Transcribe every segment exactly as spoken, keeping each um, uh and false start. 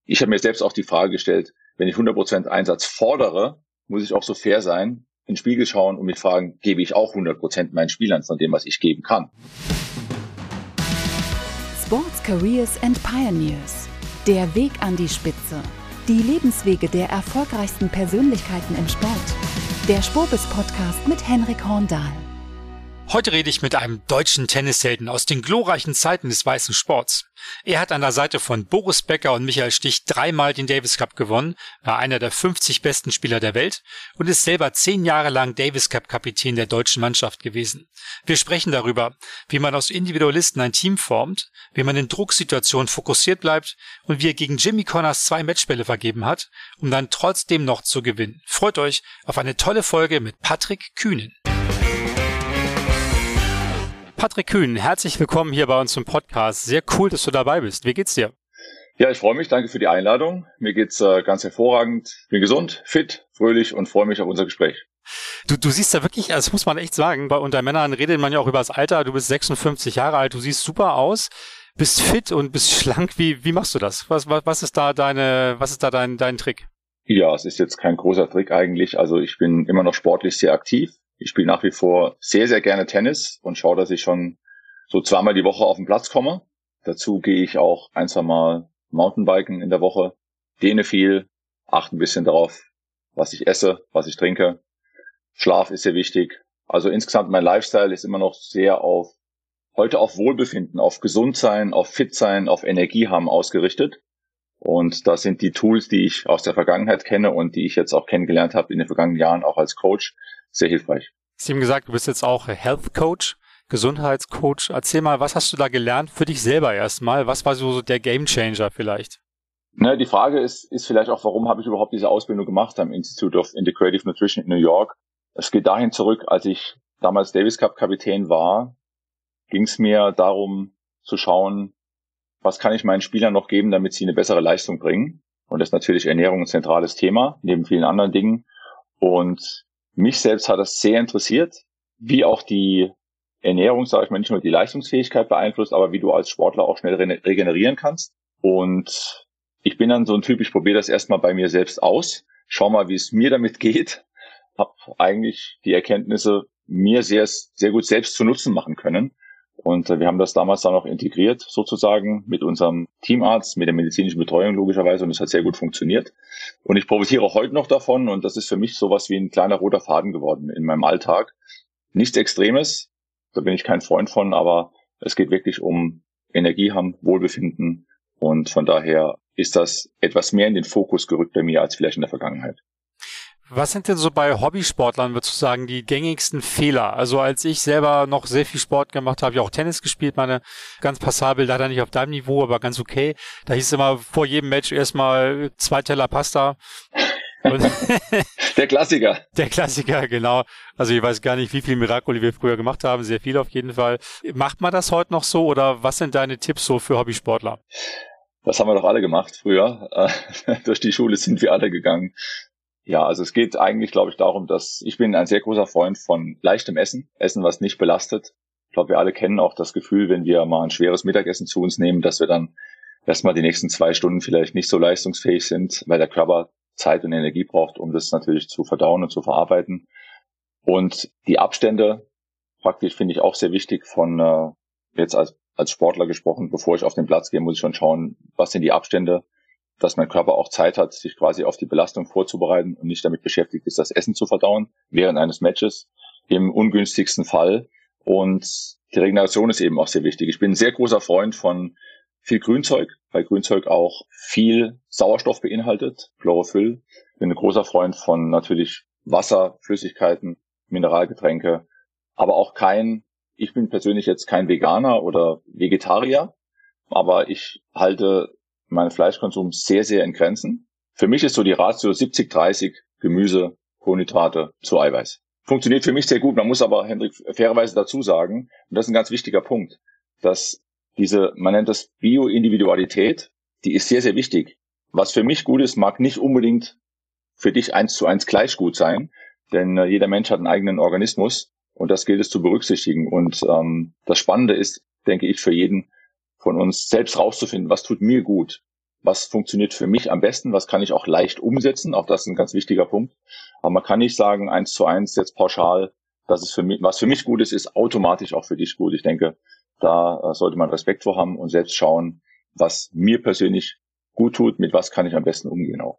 ich habe mir selbst auch die Frage gestellt, wenn ich hundert Prozent Einsatz fordere, muss ich auch so fair sein, in den Spiegel schauen und mich fragen, gebe ich auch hundert Prozent meinen Spielern von dem, was ich geben kann. Sports Careers and Pioneers. Der Weg an die Spitze. Die Lebenswege der erfolgreichsten Persönlichkeiten im Sport. Der Spobis-Podcast mit Henrik Horndahl. Heute rede ich mit einem deutschen Tennishelden aus den glorreichen Zeiten des weißen Sports. Er hat an der Seite von Boris Becker und Michael Stich dreimal den Davis Cup gewonnen, war einer der fünfzig besten Spieler der Welt und ist selber zehn Jahre lang Davis Cup Kapitän der deutschen Mannschaft gewesen. Wir sprechen darüber, wie man aus Individualisten ein Team formt, wie man in Drucksituationen fokussiert bleibt und wie er gegen Jimmy Connors zwei Matchbälle vergeben hat, um dann trotzdem noch zu gewinnen. Freut euch auf eine tolle Folge mit Patrick Kühnen. Patrick Kühnen, herzlich willkommen hier bei uns im Podcast. Sehr cool, dass du dabei bist. Wie geht's dir? Ja, ich freue mich. Danke für die Einladung. Mir geht's äh, ganz hervorragend. Bin gesund, fit, fröhlich und freue mich auf unser Gespräch. Du, du siehst da wirklich, also das muss man echt sagen, bei unter Männern redet man ja auch über das Alter. Du bist sechsundfünfzig Jahre alt, du siehst super aus, bist fit und bist schlank. Wie, wie machst du das? Was, was, was ist da deine, was ist da dein, dein Trick? Ja, es ist jetzt kein großer Trick eigentlich. Also ich bin immer noch sportlich sehr aktiv. Ich spiele nach wie vor sehr, sehr gerne Tennis und schaue, dass ich schon so zweimal die Woche auf den Platz komme. Dazu gehe ich auch ein, zwei Mal Mountainbiken in der Woche, dehne viel, achte ein bisschen darauf, was ich esse, was ich trinke. Schlaf ist sehr wichtig. Also insgesamt mein Lifestyle ist immer noch sehr auf, heute auf Wohlbefinden, auf Gesundsein, auf Fit-Sein, auf Energie haben ausgerichtet. Und das sind die Tools, die ich aus der Vergangenheit kenne und die ich jetzt auch kennengelernt habe in den vergangenen Jahren, auch als Coach, sehr hilfreich. Sie haben gesagt, du bist jetzt auch Health Coach, Gesundheitscoach. Erzähl mal, was hast du da gelernt für dich selber erstmal? Was war so der Gamechanger vielleicht? Na, die Frage ist, ist vielleicht auch, warum habe ich überhaupt diese Ausbildung gemacht am Institute of Integrative Nutrition in New York? Es geht dahin zurück, als ich damals Davis Cup Kapitän war, ging es mir darum zu schauen, was kann ich meinen Spielern noch geben, damit sie eine bessere Leistung bringen? Und das ist natürlich Ernährung ein zentrales Thema, neben vielen anderen Dingen. Und mich selbst hat das sehr interessiert, wie auch die Ernährung, sage ich mal, nicht nur die Leistungsfähigkeit beeinflusst, aber wie du als Sportler auch schnell re- regenerieren kannst. Und ich bin dann so ein Typ, ich probiere das erstmal bei mir selbst aus, schau mal, wie es mir damit geht, habe eigentlich die Erkenntnisse mir sehr, sehr gut selbst zu Nutzen machen können. Und äh, wir haben das damals dann auch integriert, sozusagen, mit unserem Teamarzt, mit der medizinischen Betreuung logischerweise, und es hat sehr gut funktioniert. Und ich profitiere auch heute noch davon, und das ist für mich sowas wie ein kleiner roter Faden geworden in meinem Alltag. Nichts Extremes, da bin ich kein Freund von, aber es geht wirklich um Energie haben, Wohlbefinden, und von daher ist das etwas mehr in den Fokus gerückt bei mir als vielleicht in der Vergangenheit. Was sind denn so bei Hobbysportlern, würdest du sagen, die gängigsten Fehler? Also als ich selber noch sehr viel Sport gemacht habe, habe ich auch Tennis gespielt, meine ganz passabel, leider nicht auf deinem Niveau, aber ganz okay. Da hieß es immer vor jedem Match erstmal zwei Teller Pasta. Der Klassiker. Der Klassiker, genau. Also ich weiß gar nicht, wie viel Miracoli wir früher gemacht haben, sehr viel auf jeden Fall. Macht man das heute noch so oder was sind deine Tipps so für Hobbysportler? Das haben wir doch alle gemacht früher. Durch die Schule sind wir alle gegangen. Ja, also es geht eigentlich, glaube ich, darum, dass ich bin ein sehr großer Freund von leichtem Essen, Essen, was nicht belastet. Ich glaube, wir alle kennen auch das Gefühl, wenn wir mal ein schweres Mittagessen zu uns nehmen, dass wir dann erstmal die nächsten zwei Stunden vielleicht nicht so leistungsfähig sind, weil der Körper Zeit und Energie braucht, um das natürlich zu verdauen und zu verarbeiten. Und die Abstände, praktisch finde ich auch sehr wichtig von, äh, jetzt als, als Sportler gesprochen, bevor ich auf den Platz gehe, muss ich schon schauen, was sind die Abstände, dass mein Körper auch Zeit hat, sich quasi auf die Belastung vorzubereiten und nicht damit beschäftigt ist, das Essen zu verdauen während eines Matches, im ungünstigsten Fall. Und die Regeneration ist eben auch sehr wichtig. Ich bin ein sehr großer Freund von viel Grünzeug, weil Grünzeug auch viel Sauerstoff beinhaltet, Chlorophyll. Ich bin ein großer Freund von natürlich Wasser, Flüssigkeiten, Mineralgetränke, aber auch kein, ich bin persönlich jetzt kein Veganer oder Vegetarier, aber ich halte meinen Fleischkonsum sehr, sehr in Grenzen. Für mich ist so die Ratio siebzig dreißig Gemüse, Kohlenhydrate zu Eiweiß. Funktioniert für mich sehr gut. Man muss aber, Hendrik, fairerweise dazu sagen, und das ist ein ganz wichtiger Punkt, dass diese, man nennt das Bioindividualität, die ist sehr, sehr wichtig. Was für mich gut ist, mag nicht unbedingt für dich eins zu eins gleich gut sein, denn äh, jeder Mensch hat einen eigenen Organismus und das gilt es zu berücksichtigen. Und ähm, das Spannende ist, denke ich, für jeden von uns selbst rauszufinden, was tut mir gut, was funktioniert für mich am besten, was kann ich auch leicht umsetzen, auch das ist ein ganz wichtiger Punkt. Aber man kann nicht sagen, eins zu eins jetzt pauschal, dass es für mich, was für mich gut ist, ist automatisch auch für dich gut. Ich denke, da äh, sollte man Respekt vor haben und selbst schauen, was mir persönlich gut tut, mit was kann ich am besten umgehen auch.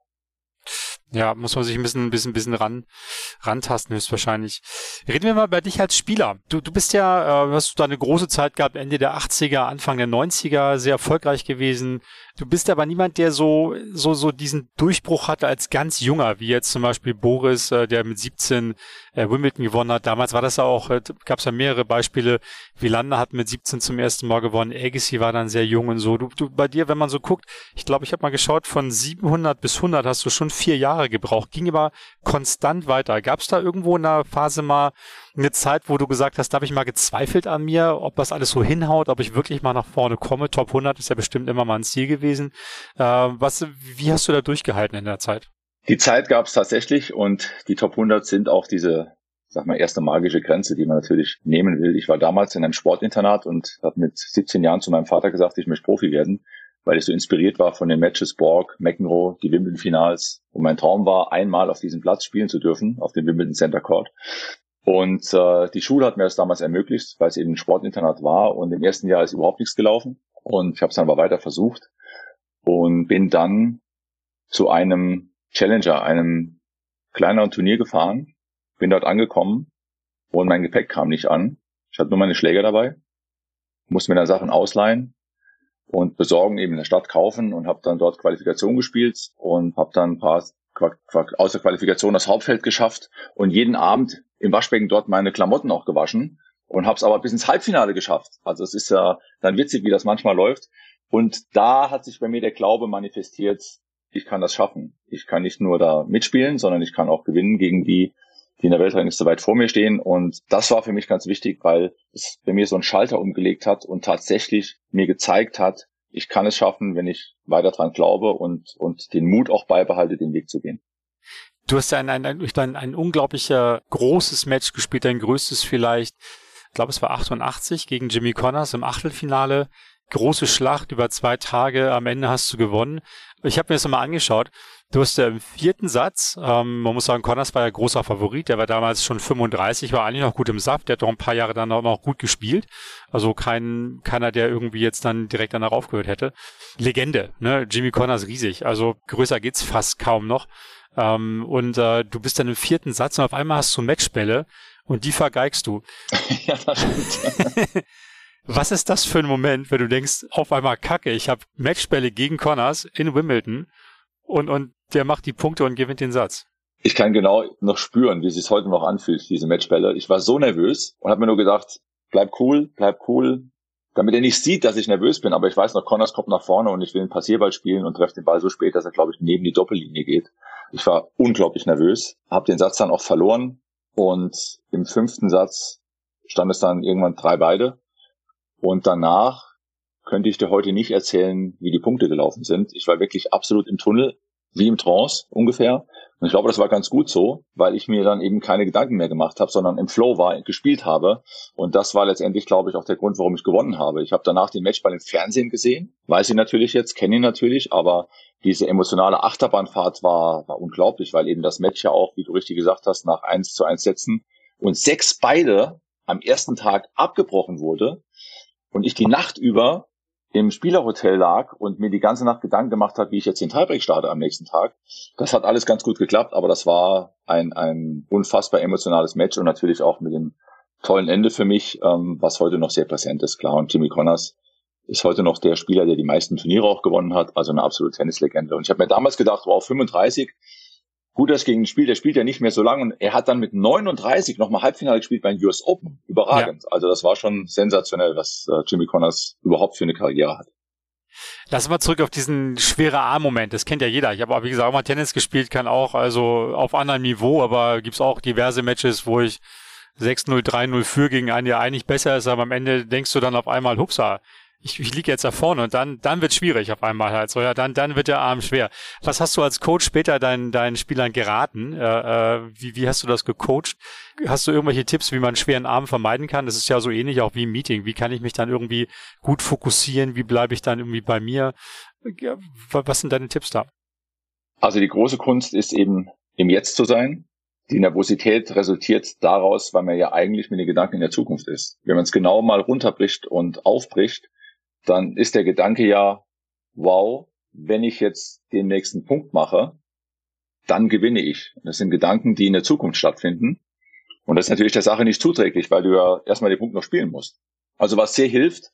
Ja, muss man sich ein bisschen, ein bisschen, ein bisschen ran, rantasten höchstwahrscheinlich. Reden wir mal bei dich als Spieler. Du, du bist ja, äh, hast du da eine große Zeit gehabt, Ende der achtziger, Anfang der neunziger, sehr erfolgreich gewesen. Du bist aber niemand, der so, so, so diesen Durchbruch hatte als ganz junger, wie jetzt zum Beispiel Boris, äh, der mit siebzehn äh, Wimbledon gewonnen hat. Damals war das ja auch, äh, gab es ja mehrere Beispiele. Wilander hat mit siebzehn zum ersten Mal gewonnen. Agassi war dann sehr jung und so. Du, du, bei dir, wenn man so guckt, ich glaube, ich habe mal geschaut, von siebenhundert bis hundert hast du schon vier Jahre gebraucht. Ging aber konstant weiter. Gab es da irgendwo in der Phase mal eine Zeit, wo du gesagt hast, da habe ich mal gezweifelt an mir, ob das alles so hinhaut, ob ich wirklich mal nach vorne komme? Top hundert ist ja bestimmt immer mal ein Ziel gewesen. Äh, was, wie hast du da durchgehalten in der Zeit? Die Zeit gab es tatsächlich und die Top hundert sind auch diese, sag mal, erste magische Grenze, die man natürlich nehmen will. Ich war damals in einem Sportinternat und habe mit siebzehn Jahren zu meinem Vater gesagt, ich möchte Profi werden, weil ich so inspiriert war von den Matches Borg, McEnroe, die Wimbledon-Finals. Und mein Traum war, einmal auf diesem Platz spielen zu dürfen, auf dem Wimbledon Center Court. Und äh, die Schule hat mir das damals ermöglicht, weil es eben ein Sportinternat war. Und im ersten Jahr ist überhaupt nichts gelaufen. Und ich habe es dann aber weiter versucht und bin dann zu einem Challenger, einem kleineren Turnier gefahren. Bin dort angekommen und mein Gepäck kam nicht an. Ich hatte nur meine Schläger dabei, musste mir dann Sachen ausleihen und besorgen, eben in der Stadt kaufen und habe dann dort Qualifikation gespielt und habe dann ein paar aus der Qualifikation das Hauptfeld geschafft und jeden Abend im Waschbecken dort meine Klamotten auch gewaschen und habe es aber bis ins Halbfinale geschafft. Also es ist ja dann witzig, wie das manchmal läuft. Und da hat sich bei mir der Glaube manifestiert, ich kann das schaffen. Ich kann nicht nur da mitspielen, sondern ich kann auch gewinnen gegen die, die in der Weltrangliste weit vor mir stehen. Und das war für mich ganz wichtig, weil es bei mir so einen Schalter umgelegt hat und tatsächlich mir gezeigt hat, ich kann es schaffen, wenn ich weiter dran glaube und, und den Mut auch beibehalte, den Weg zu gehen. Du hast ja ein, ein, ein, ein unglaublicher großes Match gespielt, dein größtes vielleicht. Ich glaube, es war achtundachtzig gegen Jimmy Connors im Achtelfinale. Große Schlacht über zwei Tage. Am Ende hast du gewonnen. Ich habe mir das nochmal angeschaut. Du hast ja im vierten Satz, ähm, man muss sagen, Connors war ja großer Favorit. Der war damals schon fünfunddreißig, war eigentlich noch gut im Saft. Der hat doch ein paar Jahre dann auch noch gut gespielt. Also kein keiner, der irgendwie jetzt dann direkt danach aufgehört hätte. Legende, ne? Jimmy Connors riesig. Also größer geht's fast kaum noch. Ähm, und äh, du bist dann im vierten Satz und auf einmal hast du Matchbälle und die vergeigst du. Ja, das stimmt. Was ist das für ein Moment, wenn du denkst, auf einmal Kacke, ich habe Matchbälle gegen Connors in Wimbledon und und der macht die Punkte und gewinnt den Satz? Ich kann genau noch spüren, wie es sich heute noch anfühlt, diese Matchbälle. Ich war so nervös und habe mir nur gedacht, bleib cool, bleib cool, damit er nicht sieht, dass ich nervös bin. Aber ich weiß noch, Connors kommt nach vorne und ich will einen Passierball spielen und treffe den Ball so spät, dass er, glaube ich, neben die Doppellinie geht. Ich war unglaublich nervös, habe den Satz dann auch verloren und im fünften Satz stand es dann irgendwann drei beide. Und danach könnte ich dir heute nicht erzählen, wie die Punkte gelaufen sind. Ich war wirklich absolut im Tunnel, wie im Trance ungefähr. Und ich glaube, das war ganz gut so, weil ich mir dann eben keine Gedanken mehr gemacht habe, sondern im Flow war, gespielt habe. Und das war letztendlich, glaube ich, auch der Grund, warum ich gewonnen habe. Ich habe danach den Matchball im Fernsehen gesehen, weiß ihn natürlich jetzt, kenne ihn natürlich, aber diese emotionale Achterbahnfahrt war, war unglaublich, weil eben das Match ja auch, wie du richtig gesagt hast, nach eins zu eins Sätzen und sechs beide am ersten Tag abgebrochen wurde. Und ich die Nacht über im Spielerhotel lag und mir die ganze Nacht Gedanken gemacht habe, wie ich jetzt den Tiebreak starte am nächsten Tag. Das hat alles ganz gut geklappt, aber das war ein, ein unfassbar emotionales Match und natürlich auch mit dem tollen Ende für mich, ähm, was heute noch sehr präsent ist, klar. Und Jimmy Connors ist heute noch der Spieler, der die meisten Turniere auch gewonnen hat, also eine absolute Tennislegende. Und ich habe mir damals gedacht, wow, fünfunddreißig, gut, das gegen ein Spiel, der spielt ja nicht mehr so lange und er hat dann mit neununddreißig nochmal Halbfinale gespielt beim U S Open. Überragend. Ja. Also das war schon sensationell, was äh, Jimmy Connors überhaupt für eine Karriere hat. Lass mal zurück auf diesen schwere A-Moment. Das kennt ja jeder. Ich habe, wie gesagt, auch mal Tennis gespielt, kann auch, also auf anderem Niveau, aber gibt's auch diverse Matches, wo ich sechs null, drei null für gegen einen, der eigentlich besser ist, aber am Ende denkst du dann auf einmal, hupsa, ich, ich liege jetzt da vorne und dann dann wird schwierig auf einmal halt so, ja, dann dann wird der Arm schwer. Was hast du als Coach später deinen deinen Spielern geraten? Äh, äh, wie wie hast du das gecoacht? Hast du irgendwelche Tipps, wie man einen schweren Arm vermeiden kann? Das ist ja so ähnlich auch wie im Meeting. Wie kann ich mich dann irgendwie gut fokussieren? Wie bleibe ich dann irgendwie bei mir? Ja, was sind deine Tipps da? Also die große Kunst ist eben, im Jetzt zu sein. Die Nervosität resultiert daraus, weil man ja eigentlich mit den Gedanken in der Zukunft ist. Wenn man es genau mal runterbricht und aufbricht, dann ist der Gedanke ja, wow, wenn ich jetzt den nächsten Punkt mache, dann gewinne ich. Das sind Gedanken, die in der Zukunft stattfinden. Und das ist natürlich der Sache nicht zuträglich, weil du ja erstmal den Punkt noch spielen musst. Also was sehr hilft,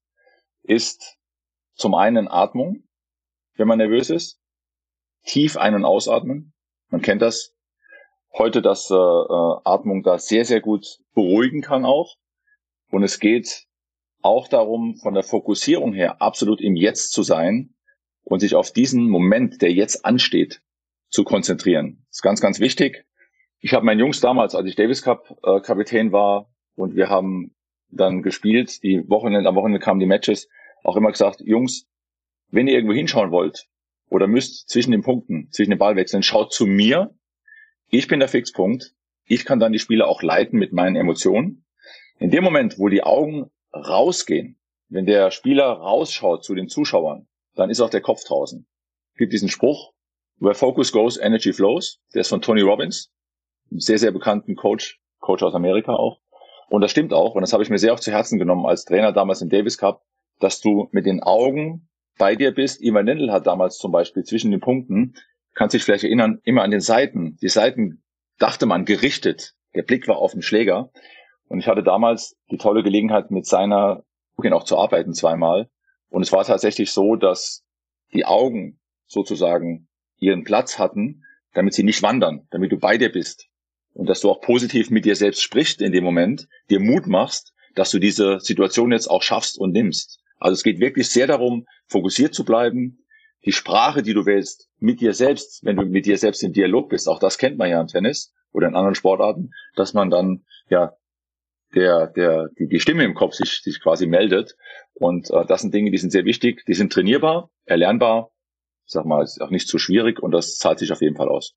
ist zum einen Atmung, wenn man nervös ist. Tief ein- und ausatmen. Man kennt das. Heute, dass äh, Atmung da sehr, sehr gut beruhigen kann auch. Und es geht auch darum, von der Fokussierung her absolut im Jetzt zu sein und sich auf diesen Moment, der jetzt ansteht, zu konzentrieren. Das ist ganz, ganz wichtig. Ich habe meinen Jungs damals, als ich Davis Cup äh, Kapitän war und wir haben dann gespielt, die Wochenende, am Wochenende kamen die Matches, auch immer gesagt, Jungs, wenn ihr irgendwo hinschauen wollt oder müsst zwischen den Punkten, zwischen den Ballwechseln, schaut zu mir. Ich bin der Fixpunkt. Ich kann dann die Spieler auch leiten mit meinen Emotionen. In dem Moment, wo die Augen rausgehen, wenn der Spieler rausschaut zu den Zuschauern, dann ist auch der Kopf draußen. Es gibt diesen Spruch, where focus goes, energy flows. Der ist von Tony Robbins, einem sehr, sehr bekannten Coach, Coach aus Amerika auch. Und das stimmt auch. Und das habe ich mir sehr auch zu Herzen genommen als Trainer damals im Davis Cup, dass du mit den Augen bei dir bist. Ivan Lendl hat damals zum Beispiel zwischen den Punkten, kannst dich vielleicht erinnern, immer an den Seiten. Die Seiten dachte man gerichtet. Der Blick war auf den Schläger. Und ich hatte damals die tolle Gelegenheit, mit seiner Kuchen auch zu arbeiten zweimal. Und es war tatsächlich so, dass die Augen sozusagen ihren Platz hatten, damit sie nicht wandern, damit du bei dir bist. Und dass du auch positiv mit dir selbst sprichst in dem Moment, dir Mut machst, dass du diese Situation jetzt auch schaffst und nimmst. Also es geht wirklich sehr darum, fokussiert zu bleiben, die Sprache, die du wählst, mit dir selbst, wenn du mit dir selbst im Dialog bist, auch das kennt man ja im Tennis oder in anderen Sportarten, dass man dann, ja, der, der, die, die Stimme im Kopf sich, sich quasi meldet. Und äh, das sind Dinge, die sind sehr wichtig, die sind trainierbar, erlernbar, ich sag mal, ist auch nicht zu schwierig und das zahlt sich auf jeden Fall aus.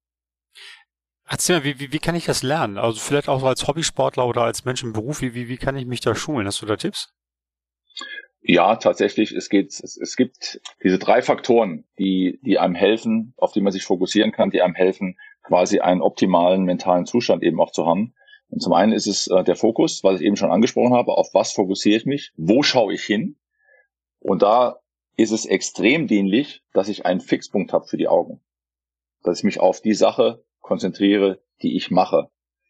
Erzähl mal, wie, wie, wie kann ich das lernen? Also vielleicht auch als Hobbysportler oder als Mensch im Beruf, wie, wie, wie kann ich mich da schulen? Hast du da Tipps? Ja, tatsächlich, es geht, es, es gibt diese drei Faktoren, die, die einem helfen, auf die man sich fokussieren kann, die einem helfen, quasi einen optimalen mentalen Zustand eben auch zu haben. Und zum einen ist es äh, der Fokus, was ich eben schon angesprochen habe, auf was fokussiere ich mich, wo schaue ich hin? Und da ist es extrem dienlich, dass ich einen Fixpunkt habe für die Augen, dass ich mich auf die Sache konzentriere, die ich mache.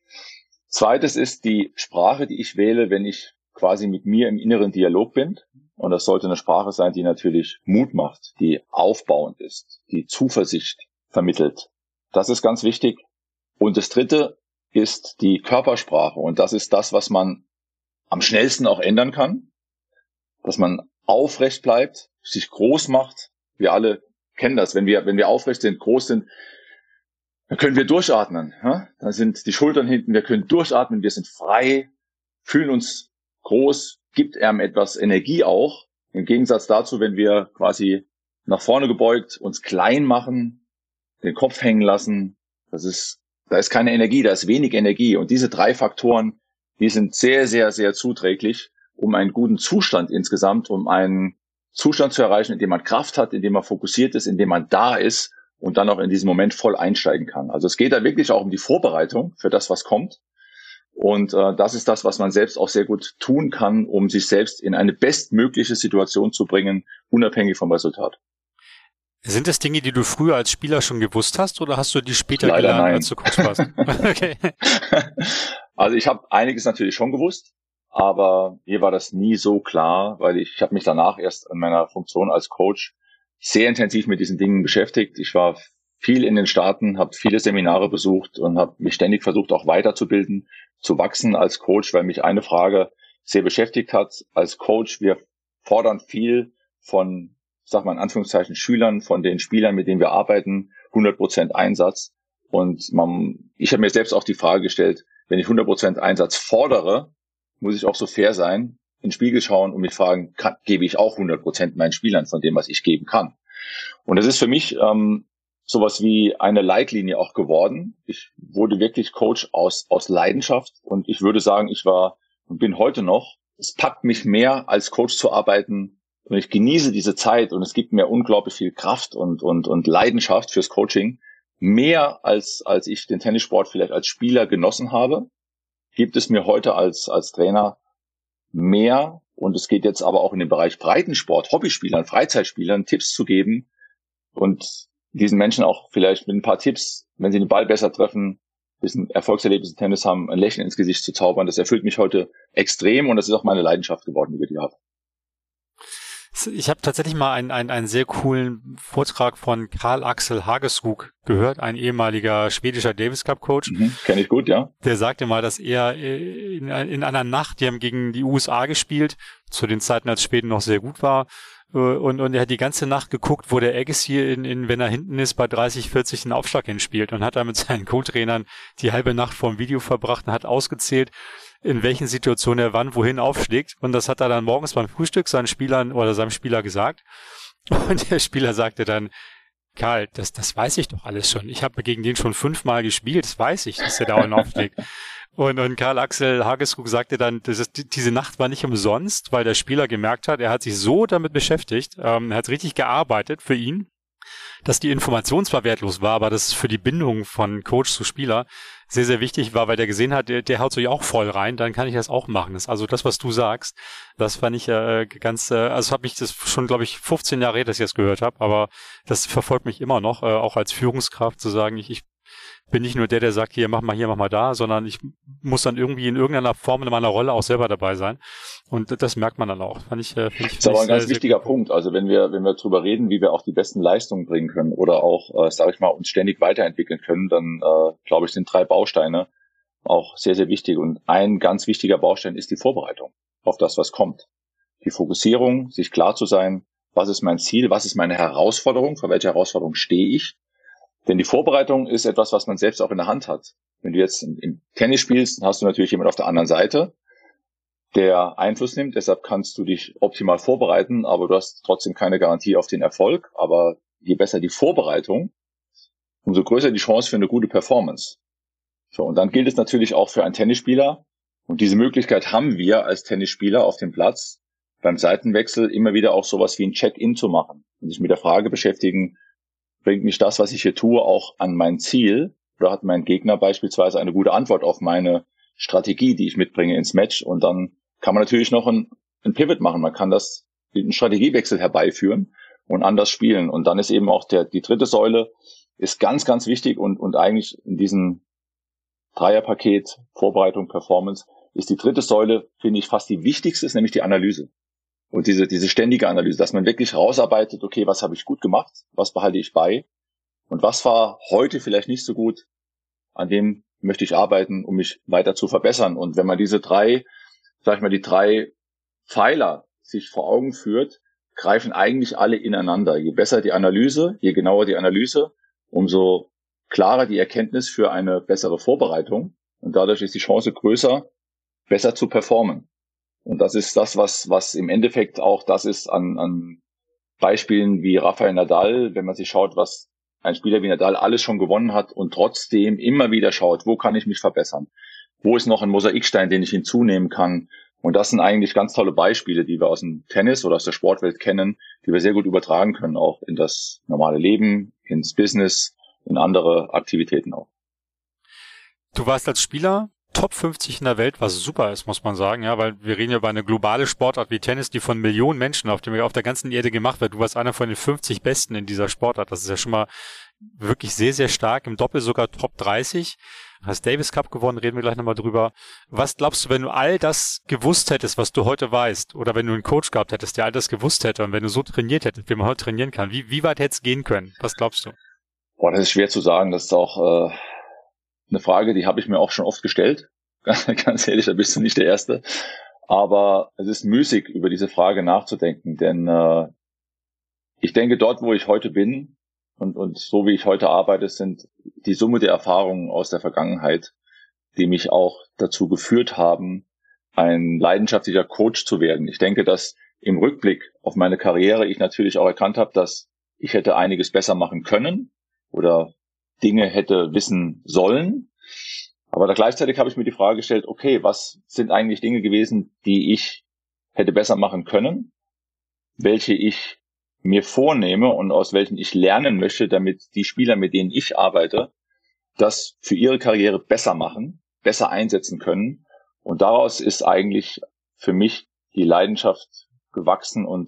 Zweites ist die Sprache, die ich wähle, wenn ich quasi mit mir im inneren Dialog bin. Und das sollte eine Sprache sein, die natürlich Mut macht, die aufbauend ist, die Zuversicht vermittelt. Das ist ganz wichtig. Und das Dritte ist die Körpersprache. Und das ist das, was man am schnellsten auch ändern kann. Dass man aufrecht bleibt, sich groß macht. Wir alle kennen das. Wenn wir, wenn wir aufrecht sind, groß sind, dann können wir durchatmen. Ja? Dann sind die Schultern hinten, wir können durchatmen, wir sind frei, fühlen uns groß, gibt einem etwas Energie auch. Im Gegensatz dazu, wenn wir quasi nach vorne gebeugt uns klein machen, den Kopf hängen lassen, das ist, da ist keine Energie, da ist wenig Energie. Und diese drei Faktoren, die sind sehr, sehr, sehr zuträglich, um einen guten Zustand insgesamt, um einen Zustand zu erreichen, in dem man Kraft hat, in dem man fokussiert ist, in dem man da ist und dann auch in diesem Moment voll einsteigen kann. Also es geht da wirklich auch um die Vorbereitung für das, was kommt. Und äh, das ist das, was man selbst auch sehr gut tun kann, um sich selbst in eine bestmögliche Situation zu bringen, unabhängig vom Resultat. Sind das Dinge, die du früher als Spieler schon gewusst hast oder hast du die später Leider gelernt, nein. als du Coach warst? Okay. Also ich habe einiges natürlich schon gewusst, aber mir war das nie so klar, weil ich, ich habe mich danach erst in meiner Funktion als Coach sehr intensiv mit diesen Dingen beschäftigt. Ich war viel in den Staaten, habe viele Seminare besucht und habe mich ständig versucht, auch weiterzubilden, zu wachsen als Coach, weil mich eine Frage sehr beschäftigt hat. Als Coach, wir fordern viel von, ich sag mal in Anführungszeichen, Schülern, von den Spielern, mit denen wir arbeiten, hundert Prozent Einsatz. Und man, ich habe mir selbst auch die Frage gestellt, wenn ich hundert Prozent Einsatz fordere, muss ich auch so fair sein, in den Spiegel schauen und mich fragen, kann, gebe ich auch hundert Prozent meinen Spielern von dem, was ich geben kann. Und das ist für mich ähm, sowas wie eine Leitlinie auch geworden. Ich wurde wirklich Coach aus aus Leidenschaft und ich würde sagen, ich war und bin heute noch, es packt mich mehr, als Coach zu arbeiten, Und ich genieße diese Zeit und es gibt mir unglaublich viel Kraft und, und, und Leidenschaft fürs Coaching. Mehr als, als ich den Tennissport vielleicht als Spieler genossen habe, gibt es mir heute als, als Trainer mehr. Und es geht jetzt aber auch in den Bereich Breitensport, Hobbyspielern, Freizeitspielern Tipps zu geben und diesen Menschen auch vielleicht mit ein paar Tipps, wenn sie den Ball besser treffen, ein bisschen Erfolgserlebnis im Tennis haben, ein Lächeln ins Gesicht zu zaubern. Das erfüllt mich heute extrem und das ist auch meine Leidenschaft geworden über die Jahre. Ich habe tatsächlich mal einen, einen, einen sehr coolen Vortrag von Karl-Axel Hagesrug gehört, ein ehemaliger schwedischer Davis Cup Coach. Mhm, kenne ich gut, ja. Der sagte mal, dass er in, in einer Nacht, die haben gegen die U S A gespielt, zu den Zeiten, als Schweden noch sehr gut war, und, und er hat die ganze Nacht geguckt, wo der Agassi, in, in, wenn er hinten ist, bei dreißig, vierzig einen Aufschlag hinspielt und hat da mit seinen Co-Trainern die halbe Nacht vorm Video verbracht und hat ausgezählt, in welchen Situationen er wann wohin aufschlägt. Und das hat er dann morgens beim Frühstück seinen Spielern oder seinem Spieler gesagt. Und der Spieler sagte dann, Karl, das, das weiß ich doch alles schon. Ich habe gegen den schon fünfmal gespielt, das weiß ich, dass er dauernd aufschlägt. Und, und Karl-Axel Hagesrug sagte dann, das ist, diese Nacht war nicht umsonst, weil der Spieler gemerkt hat, er hat sich so damit beschäftigt, ähm, er hat richtig gearbeitet für ihn, dass die Information zwar wertlos war, aber das für die Bindung von Coach zu Spieler sehr, sehr wichtig war, weil der gesehen hat, der, der haut sich auch voll rein, dann kann ich das auch machen. Das, also das, was du sagst, das fand ich äh, ganz, äh, also habe ich das schon, glaube ich, fünfzehn Jahre her, dass ich das gehört habe, aber das verfolgt mich immer noch, äh, auch als Führungskraft zu sagen, ich, ich bin nicht nur der, der sagt, hier, mach mal hier, mach mal da, sondern ich muss dann irgendwie in irgendeiner Form in meiner Rolle auch selber dabei sein. Und das merkt man dann auch. Fand ich, äh, find ich, das ist aber ein ganz sehr, wichtiger sehr Punkt. Also wenn wir, wenn wir darüber reden, wie wir auch die besten Leistungen bringen können oder auch, äh, sage ich mal, uns ständig weiterentwickeln können, dann äh, glaube ich, sind drei Bausteine auch sehr, sehr wichtig. Und ein ganz wichtiger Baustein ist die Vorbereitung auf das, was kommt. Die Fokussierung, sich klar zu sein, was ist mein Ziel, was ist meine Herausforderung, vor welcher Herausforderung stehe ich. Denn die Vorbereitung ist etwas, was man selbst auch in der Hand hat. Wenn du jetzt im Tennis spielst, dann hast du natürlich jemand auf der anderen Seite, der Einfluss nimmt. Deshalb kannst du dich optimal vorbereiten, aber du hast trotzdem keine Garantie auf den Erfolg. Aber je besser die Vorbereitung, umso größer die Chance für eine gute Performance. So, und dann gilt es natürlich auch für einen Tennisspieler. Und diese Möglichkeit haben wir als Tennisspieler auf dem Platz, beim Seitenwechsel immer wieder auch sowas wie ein Check-in zu machen und sich mit der Frage beschäftigen, bringt mich das, was ich hier tue, auch an mein Ziel? Oder hat mein Gegner beispielsweise eine gute Antwort auf meine Strategie, die ich mitbringe ins Match? Und dann kann man natürlich noch ein, ein Pivot machen. Man kann das, einen Strategiewechsel herbeiführen und anders spielen. Und dann ist eben auch der, die dritte Säule ist ganz, ganz wichtig und, und eigentlich in diesem Dreierpaket Vorbereitung, Performance ist die dritte Säule, finde ich, fast die wichtigste, ist nämlich die Analyse. Und diese, diese ständige Analyse, dass man wirklich rausarbeitet, okay, was habe ich gut gemacht, was behalte ich bei und was war heute vielleicht nicht so gut, an dem möchte ich arbeiten, um mich weiter zu verbessern. Und wenn man diese drei, sag ich mal, die drei Pfeiler sich vor Augen führt, greifen eigentlich alle ineinander. Je besser die Analyse, je genauer die Analyse, umso klarer die Erkenntnis für eine bessere Vorbereitung. Und dadurch ist die Chance größer, besser zu performen. Und das ist das, was, was im Endeffekt auch das ist an, an Beispielen wie Rafael Nadal, wenn man sich schaut, was ein Spieler wie Nadal alles schon gewonnen hat und trotzdem immer wieder schaut, wo kann ich mich verbessern? Wo ist noch ein Mosaikstein, den ich hinzunehmen kann? Und das sind eigentlich ganz tolle Beispiele, die wir aus dem Tennis oder aus der Sportwelt kennen, die wir sehr gut übertragen können, auch in das normale Leben, ins Business, in andere Aktivitäten auch. Du warst als Spieler Top fünfzig in der Welt, was super ist, muss man sagen, ja, weil wir reden ja über eine globale Sportart wie Tennis, die von Millionen Menschen auf, dem, auf der ganzen Erde gemacht wird. Du warst einer von den fünfzig Besten in dieser Sportart. Das ist ja schon mal wirklich sehr, sehr stark. Im Doppel sogar Top dreißig. Hast Davis Cup gewonnen, reden wir gleich nochmal drüber. Was glaubst du, wenn du all das gewusst hättest, was du heute weißt, oder wenn du einen Coach gehabt hättest, der all das gewusst hätte und wenn du so trainiert hättest, wie man heute trainieren kann, wie, wie weit hätte es gehen können? Was glaubst du? Boah, das ist schwer zu sagen. Das ist auch äh, eine Frage, die habe ich mir auch schon oft gestellt. Ganz ehrlich, da bist du nicht der Erste. Aber es ist müßig, über diese Frage nachzudenken, denn äh, ich denke, dort, wo ich heute bin und, und so wie ich heute arbeite, sind die Summe der Erfahrungen aus der Vergangenheit, die mich auch dazu geführt haben, ein leidenschaftlicher Coach zu werden. Ich denke, dass im Rückblick auf meine Karriere ich natürlich auch erkannt habe, dass ich hätte einiges besser machen können oder Dinge hätte wissen sollen. Aber da gleichzeitig habe ich mir die Frage gestellt, okay, was sind eigentlich Dinge gewesen, die ich hätte besser machen können? welche ich mir vornehme und aus welchen ich lernen möchte, damit die Spieler, mit denen ich arbeite, das für ihre Karriere besser machen, besser einsetzen können. Und daraus ist eigentlich für mich die Leidenschaft gewachsen und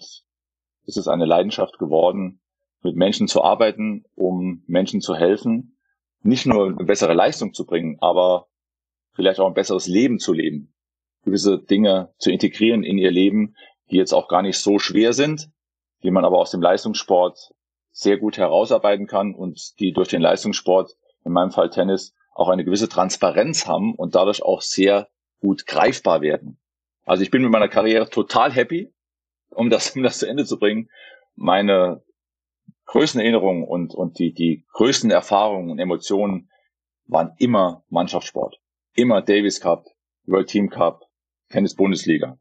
es ist eine Leidenschaft geworden, mit Menschen zu arbeiten, um Menschen zu helfen, nicht nur eine bessere Leistung zu bringen, aber vielleicht auch ein besseres Leben zu leben, gewisse Dinge zu integrieren in ihr Leben, die jetzt auch gar nicht so schwer sind, die man aber aus dem Leistungssport sehr gut herausarbeiten kann und die durch den Leistungssport, in meinem Fall Tennis, auch eine gewisse Transparenz haben und dadurch auch sehr gut greifbar werden. Also ich bin mit meiner Karriere total happy, um das, um das zu Ende zu bringen. Meine größten Erinnerungen und, und die, die größten Erfahrungen und Emotionen waren immer Mannschaftssport. Immer Davis Cup, World Team Cup, Tennis-Bundesliga.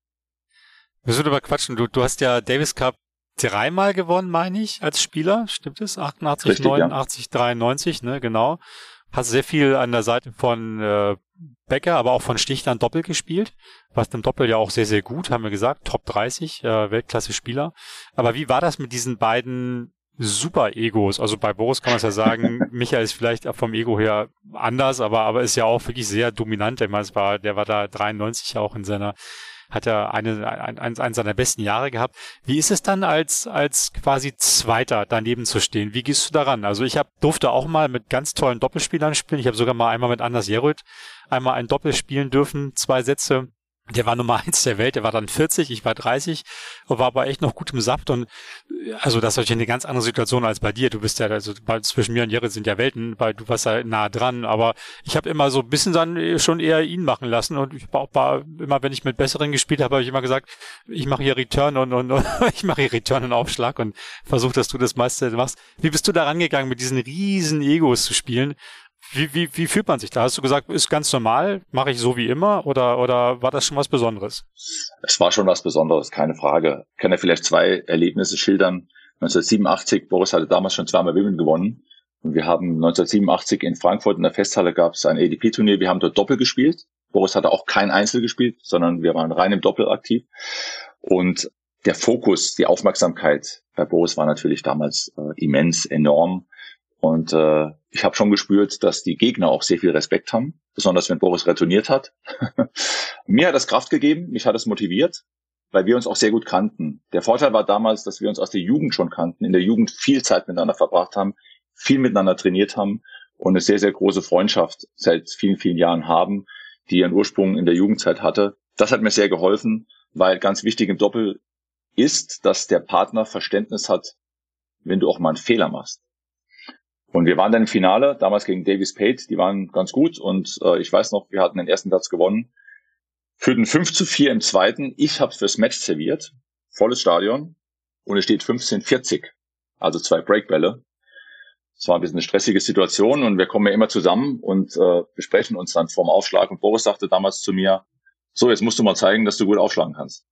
Wir müssen aber quatschen. Du, du hast ja Davis Cup dreimal gewonnen, meine ich, als Spieler. Stimmt es? achtundachtzig, Richtig, neunundachtzig, ja. dreiundneunzig, ne, genau. Hast sehr viel an der Seite von äh, Becker, aber auch von Stich dann Doppel gespielt. Warst im Doppel ja auch sehr, sehr gut, haben wir gesagt. Top dreißig, äh, Weltklasse-Spieler. Aber wie war das mit diesen beiden Super-Egos? Also bei Boris kann man es ja sagen, Michael ist vielleicht vom Ego her anders, aber aber ist ja auch wirklich sehr dominant. Ich meine, es war, der war da dreiundneunzig auch in seiner, hat er eine, ein, ein, einen seiner besten Jahre gehabt. Wie ist es dann als als quasi Zweiter daneben zu stehen? Wie gehst du daran? Also ich hab, durfte auch mal mit ganz tollen Doppelspielern spielen. Ich habe sogar mal einmal mit Anders Jerrod einmal ein Doppel spielen dürfen, zwei Sätze. Der war Nummer eins der Welt, der war dann vierzig, ich war dreißig und war aber echt noch gut im Saft und also das ist natürlich eine ganz andere Situation als bei dir. Du bist ja, also zwischen mir und Jerry sind ja Welten, weil du warst ja nah dran, aber ich habe immer so ein bisschen dann schon eher ihn machen lassen und ich war, war immer, wenn ich mit Besseren gespielt habe, habe ich immer gesagt, ich mache hier Return und, und, und ich mache hier Return und Aufschlag und versuche, dass du das meiste machst. Wie bist du da rangegangen, mit diesen riesen Egos zu spielen? Wie, wie, wie fühlt man sich da? Hast du gesagt, ist ganz normal, mache ich so wie immer oder, oder war das schon was Besonderes? Es war schon was Besonderes, keine Frage. Ich kann ja vielleicht zwei Erlebnisse schildern. neunzehnhundertsiebenundachtzig, Boris hatte damals schon zweimal Wimbledon gewonnen und wir haben neunzehnhundertsiebenundachtzig in Frankfurt in der Festhalle gab es ein A D P-Turnier, wir haben dort Doppel gespielt. Boris hatte auch kein Einzel gespielt, sondern wir waren rein im Doppel aktiv und der Fokus, die Aufmerksamkeit bei Boris war natürlich damals äh, immens, enorm. Und äh, ich habe schon gespürt, dass die Gegner auch sehr viel Respekt haben, besonders wenn Boris retourniert hat. Mir hat das Kraft gegeben, mich hat es motiviert, weil wir uns auch sehr gut kannten. Der Vorteil war damals, dass wir uns aus der Jugend schon kannten, in der Jugend viel Zeit miteinander verbracht haben, viel miteinander trainiert haben und eine sehr, sehr große Freundschaft seit vielen, vielen Jahren haben, die ihren Ursprung in der Jugendzeit hatte. Das hat mir sehr geholfen, weil ganz wichtig im Doppel ist, dass der Partner Verständnis hat, wenn du auch mal einen Fehler machst. Und wir waren dann im Finale, damals gegen Davis Pate, die waren ganz gut und äh, ich weiß noch, wir hatten den ersten Platz gewonnen, führten fünf zu vier im zweiten, ich habe fürs Match serviert, volles Stadion und es steht fünfzehn vierzig, also zwei Breakbälle. Es war ein bisschen eine stressige Situation und wir kommen ja immer zusammen und äh, besprechen uns dann vorm Aufschlag und Boris sagte damals zu mir, so jetzt musst du mal zeigen, dass du gut aufschlagen kannst.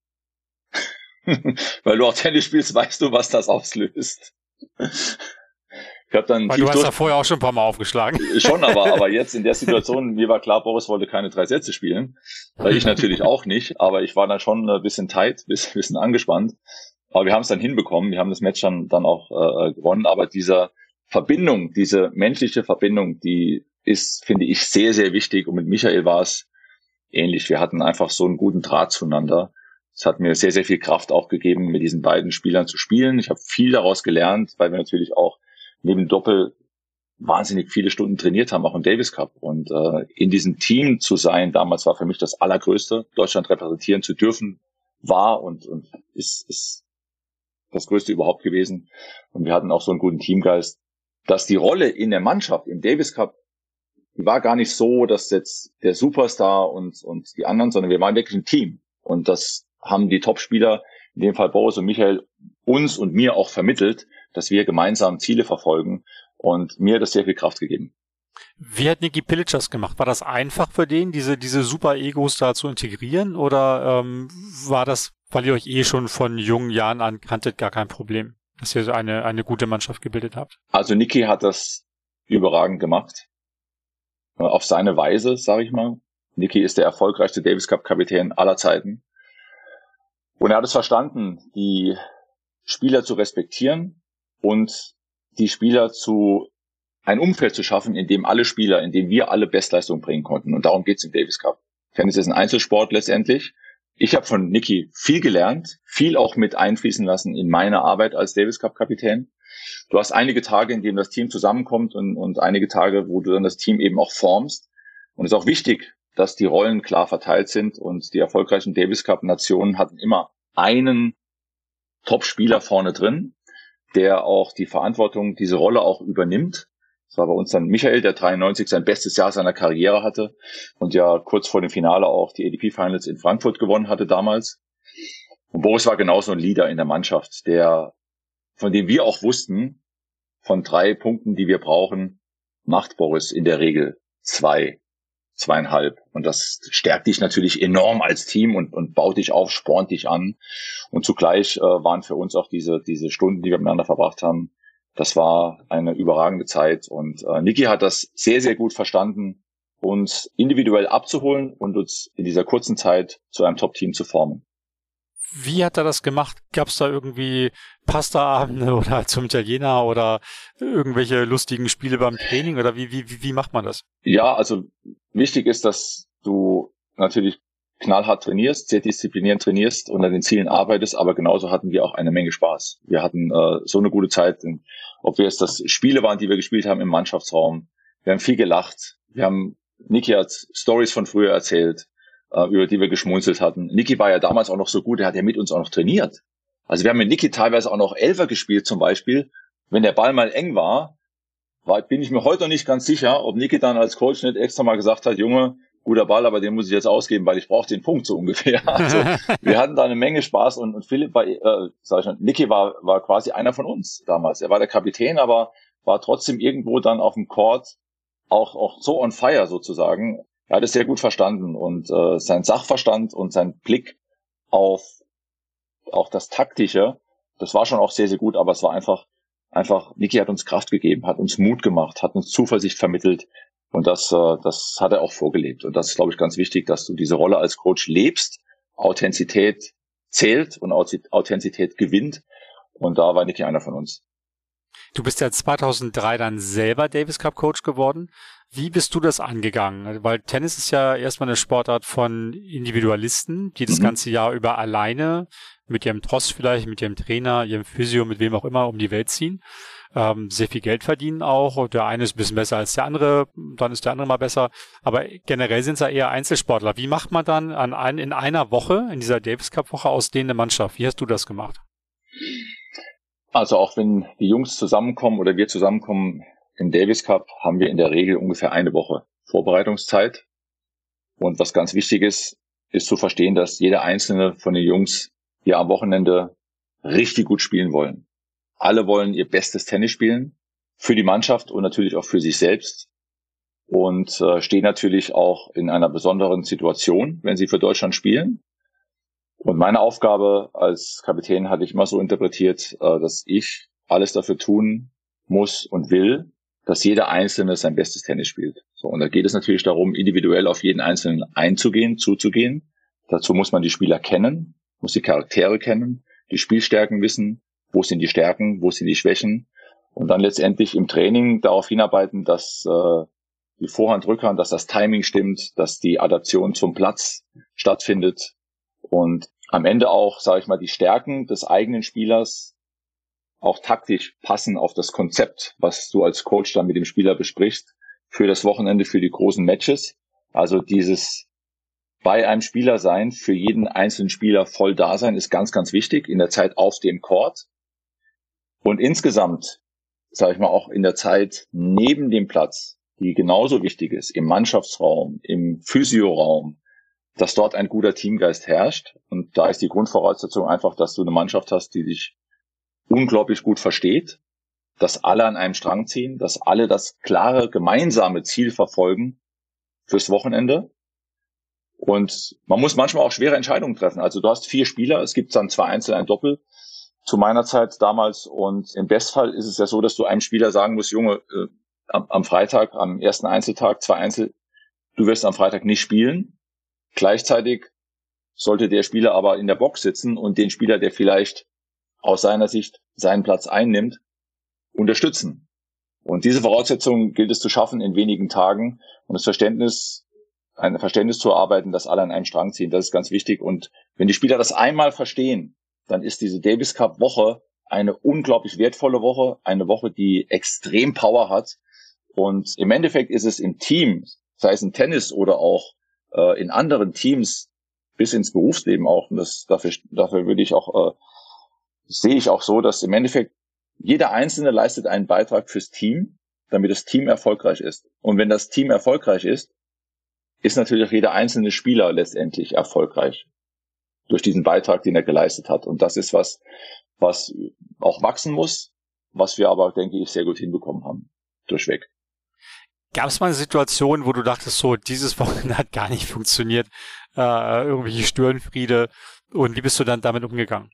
Weil du auch Tennis spielst, weißt du, was das auslöst. Ich hab dann Weil du hast durch... ja vorher auch schon ein paar Mal aufgeschlagen. Schon, aber, aber jetzt in der Situation, mir war klar, Boris wollte keine drei Sätze spielen. Weil ich natürlich auch nicht, aber ich war dann schon ein bisschen tight, ein bisschen angespannt. Aber wir haben es dann hinbekommen, wir haben das Match dann, dann auch äh, gewonnen. Aber diese Verbindung, diese menschliche Verbindung, die ist, finde ich, sehr, sehr wichtig. Und mit Michael war es ähnlich. Wir hatten einfach so einen guten Draht zueinander. Es hat mir sehr, sehr viel Kraft auch gegeben, mit diesen beiden Spielern zu spielen. Ich habe viel daraus gelernt, weil wir natürlich auch neben Doppel wahnsinnig viele Stunden trainiert haben, auch im Davis Cup. Und äh, in diesem Team zu sein, damals war für mich das Allergrößte, Deutschland repräsentieren zu dürfen, war und, und ist, ist das Größte überhaupt gewesen. Und wir hatten auch so einen guten Teamgeist, dass die Rolle in der Mannschaft im Davis Cup, die war gar nicht so, dass jetzt der Superstar und, und die anderen, sondern wir waren wirklich ein Team. Und das haben die Topspieler, in dem Fall Boris und Michael, uns und mir auch vermittelt, dass wir gemeinsam Ziele verfolgen und mir hat das sehr viel Kraft gegeben. Wie hat Niki Pilic das gemacht? War das einfach für den, diese diese Super-Egos da zu integrieren oder ähm, war das, weil ihr euch eh schon von jungen Jahren an kanntet, gar kein Problem, dass ihr so eine eine gute Mannschaft gebildet habt? Also Niki hat das überragend gemacht, auf seine Weise, sage ich mal. Niki ist der erfolgreichste Davis Cup Kapitän aller Zeiten und er hat es verstanden, die Spieler zu respektieren und die Spieler zu ein Umfeld zu schaffen, in dem alle Spieler, in dem wir alle Bestleistung bringen konnten. Und darum geht's im Davis Cup. Tennis ist ein Einzelsport letztendlich. Ich habe von Niki viel gelernt, viel auch mit einfließen lassen in meine Arbeit als Davis Cup Kapitän. Du hast einige Tage, in denen das Team zusammenkommt und, und einige Tage, wo du dann das Team eben auch formst. Und es ist auch wichtig, dass die Rollen klar verteilt sind und die erfolgreichen Davis Cup Nationen hatten immer einen Top-Spieler vorne drin, der auch die Verantwortung, diese Rolle auch übernimmt. Das war bei uns dann Michael, der dreiundneunzig sein bestes Jahr seiner Karriere hatte und ja kurz vor dem Finale auch die A D P Finals in Frankfurt gewonnen hatte damals. Und Boris war genauso ein Leader in der Mannschaft, der, von dem wir auch wussten, von drei Punkten, die wir brauchen, macht Boris in der Regel zwei, zweieinhalb. Und das stärkt dich natürlich enorm als Team und, und baut dich auf, spornt dich an. Und zugleich äh, waren für uns auch diese, diese Stunden, die wir miteinander verbracht haben, das war eine überragende Zeit und äh, Niki hat das sehr, sehr gut verstanden, uns individuell abzuholen und uns in dieser kurzen Zeit zu einem Top-Team zu formen. Wie hat er das gemacht? Gab es da irgendwie Pasta-Abende oder zum Italiener oder irgendwelche lustigen Spiele beim Training oder wie, wie, wie macht man das? Ja, also wichtig ist, dass du natürlich knallhart trainierst, sehr disziplinierend trainierst und an den Zielen arbeitest, aber genauso hatten wir auch eine Menge Spaß. Wir hatten äh, so eine gute Zeit, ob wir jetzt das Spiele waren, die wir gespielt haben im Mannschaftsraum. Wir haben viel gelacht. Wir haben, Niki hat Stories von früher erzählt, äh, über die wir geschmunzelt hatten. Niki war ja damals auch noch so gut, er hat ja mit uns auch noch trainiert. Also wir haben mit Niki teilweise auch noch Elfer gespielt zum Beispiel. Wenn der Ball mal eng war, war bin ich mir heute noch nicht ganz sicher, ob Niki dann als Coach nicht extra mal gesagt hat, Junge, guter Ball, aber den muss ich jetzt ausgeben, weil ich brauche den Punkt so ungefähr. Also wir hatten da eine Menge Spaß und, und Philipp war, äh, sag ich mal, Niki war, war quasi einer von uns damals. Er war der Kapitän, aber war trotzdem irgendwo dann auf dem Court auch, auch so on fire sozusagen. Er hat es sehr gut verstanden und äh, sein Sachverstand und sein Blick auf auch das Taktische, das war schon auch sehr, sehr gut, aber es war einfach, einfach, Niki hat uns Kraft gegeben, hat uns Mut gemacht, hat uns Zuversicht vermittelt. Und das, das hat er auch vorgelebt. Und das ist, glaube ich, ganz wichtig, dass du diese Rolle als Coach lebst. Authentizität zählt und Authentizität gewinnt. Und da war Niki einer von uns. Du bist ja zweitausenddrei dann selber Davis Cup Coach geworden. Wie bist du das angegangen? Weil Tennis ist ja erstmal eine Sportart von Individualisten, die das mhm. ganze Jahr über alleine mit ihrem Tross vielleicht, mit ihrem Trainer, ihrem Physio, mit wem auch immer um die Welt ziehen. Ähm, sehr viel Geld verdienen auch. Der eine ist ein bisschen besser als der andere, dann ist der andere mal besser. Aber generell sind es ja eher Einzelsportler. Wie macht man dann an ein, in einer Woche, in dieser Davis Cup Woche aus denen eine Mannschaft? Wie hast du das gemacht? Also auch wenn die Jungs zusammenkommen oder wir zusammenkommen im Davis Cup, haben wir in der Regel ungefähr eine Woche Vorbereitungszeit. Und was ganz wichtig ist, ist zu verstehen, dass jeder einzelne von den Jungs hier am Wochenende richtig gut spielen wollen. Alle wollen ihr bestes Tennis spielen, für die Mannschaft und natürlich auch für sich selbst. Und äh, stehen natürlich auch in einer besonderen Situation, wenn sie für Deutschland spielen. Und meine Aufgabe als Kapitän hatte ich immer so interpretiert, äh, dass ich alles dafür tun muss und will, dass jeder Einzelne sein bestes Tennis spielt. So, und da geht es natürlich darum, individuell auf jeden Einzelnen einzugehen, zuzugehen. Dazu muss man die Spieler kennen, muss die Charaktere kennen, die Spielstärken wissen, wo sind die Stärken, wo sind die Schwächen und dann letztendlich im Training darauf hinarbeiten, dass äh, die Vorhand, Rückhand, dass das Timing stimmt, dass die Adaption zum Platz stattfindet und am Ende auch, sage ich mal, die Stärken des eigenen Spielers auch taktisch passen auf das Konzept, was du als Coach dann mit dem Spieler besprichst, für das Wochenende, für die großen Matches. Also dieses bei einem Spieler sein, für jeden einzelnen Spieler voll da sein, ist ganz, ganz wichtig in der Zeit auf dem Court. Und insgesamt, sage ich mal, auch in der Zeit neben dem Platz, die genauso wichtig ist, im Mannschaftsraum, im Physioraum, dass dort ein guter Teamgeist herrscht. Und da ist die Grundvoraussetzung einfach, dass du eine Mannschaft hast, die sich unglaublich gut versteht, dass alle an einem Strang ziehen, dass alle das klare gemeinsame Ziel verfolgen fürs Wochenende. Und man muss manchmal auch schwere Entscheidungen treffen. Also du hast vier Spieler, es gibt dann zwei Einzel, ein Doppel. Zu meiner Zeit damals und im Bestfall ist es ja so, dass du einem Spieler sagen musst, Junge, äh, am, am Freitag, am ersten Einzeltag, zwei Einzel, du wirst am Freitag nicht spielen. Gleichzeitig sollte der Spieler aber in der Box sitzen und den Spieler, der vielleicht aus seiner Sicht seinen Platz einnimmt, unterstützen. Und diese Voraussetzungen gilt es zu schaffen in wenigen Tagen und das Verständnis, ein Verständnis zu erarbeiten, dass alle an einem Strang ziehen. Das ist ganz wichtig. Und wenn die Spieler das einmal verstehen, dann ist diese Davis Cup Woche eine unglaublich wertvolle Woche, eine Woche, die extrem Power hat. Und im Endeffekt ist es im Team, sei es im Tennis oder auch äh, in anderen Teams, bis ins Berufsleben auch, und das dafür, dafür würde ich auch, äh, sehe ich auch so, dass im Endeffekt jeder Einzelne leistet einen Beitrag fürs Team, damit das Team erfolgreich ist. Und wenn das Team erfolgreich ist, ist natürlich auch jeder einzelne Spieler letztendlich erfolgreich durch diesen Beitrag, den er geleistet hat. Und das ist was, was auch wachsen muss, was wir aber, denke ich, sehr gut hinbekommen haben, durchweg. Gab es mal eine Situation, wo du dachtest, so, dieses Wochenende hat gar nicht funktioniert, äh, irgendwelche Störenfriede, und wie bist du dann damit umgegangen?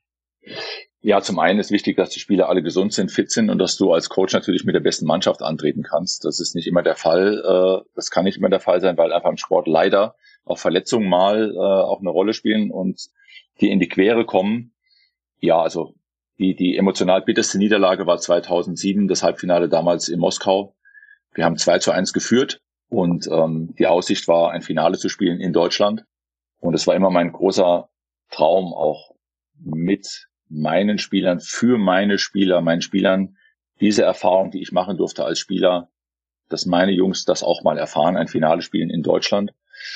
Ja, zum einen ist wichtig, dass die Spieler alle gesund sind, fit sind und dass du als Coach natürlich mit der besten Mannschaft antreten kannst. Das ist nicht immer der Fall. Äh, das kann nicht immer der Fall sein, weil einfach im Sport leider auch Verletzungen mal äh, auch eine Rolle spielen und die in die Quere kommen. Ja, also die, die emotional bitterste Niederlage war zweitausendsieben, das Halbfinale damals in Moskau. Wir haben zwei zu eins geführt und ähm, die Aussicht war, ein Finale zu spielen in Deutschland. Und es war immer mein großer Traum, auch mit meinen Spielern, für meine Spieler, meinen Spielern, diese Erfahrung, die ich machen durfte als Spieler, dass meine Jungs das auch mal erfahren, ein Finale spielen in Deutschland.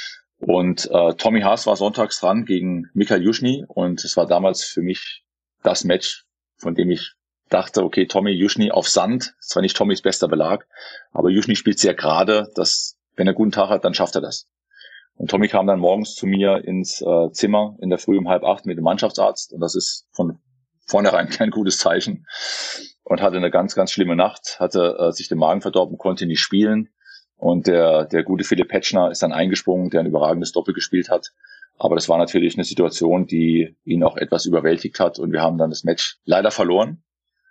Und äh, Tommy Haas war sonntags dran gegen Mikhail Jushny und es war damals für mich das Match, von dem ich dachte, okay, Tommy Jushny auf Sand, zwar nicht Tommys bester Belag, aber Jushny spielt sehr gerade, dass wenn er einen guten Tag hat, dann schafft er das. Und Tommy kam dann morgens zu mir ins äh, Zimmer in der Früh um halb acht mit dem Mannschaftsarzt und das ist von vornherein kein gutes Zeichen und hatte eine ganz, ganz schlimme Nacht, hatte äh, sich den Magen verdorben, konnte nicht spielen und der der gute Philipp Petschner ist dann eingesprungen, der ein überragendes Doppel gespielt hat. Aber das war natürlich eine Situation, die ihn auch etwas überwältigt hat und wir haben dann das Match leider verloren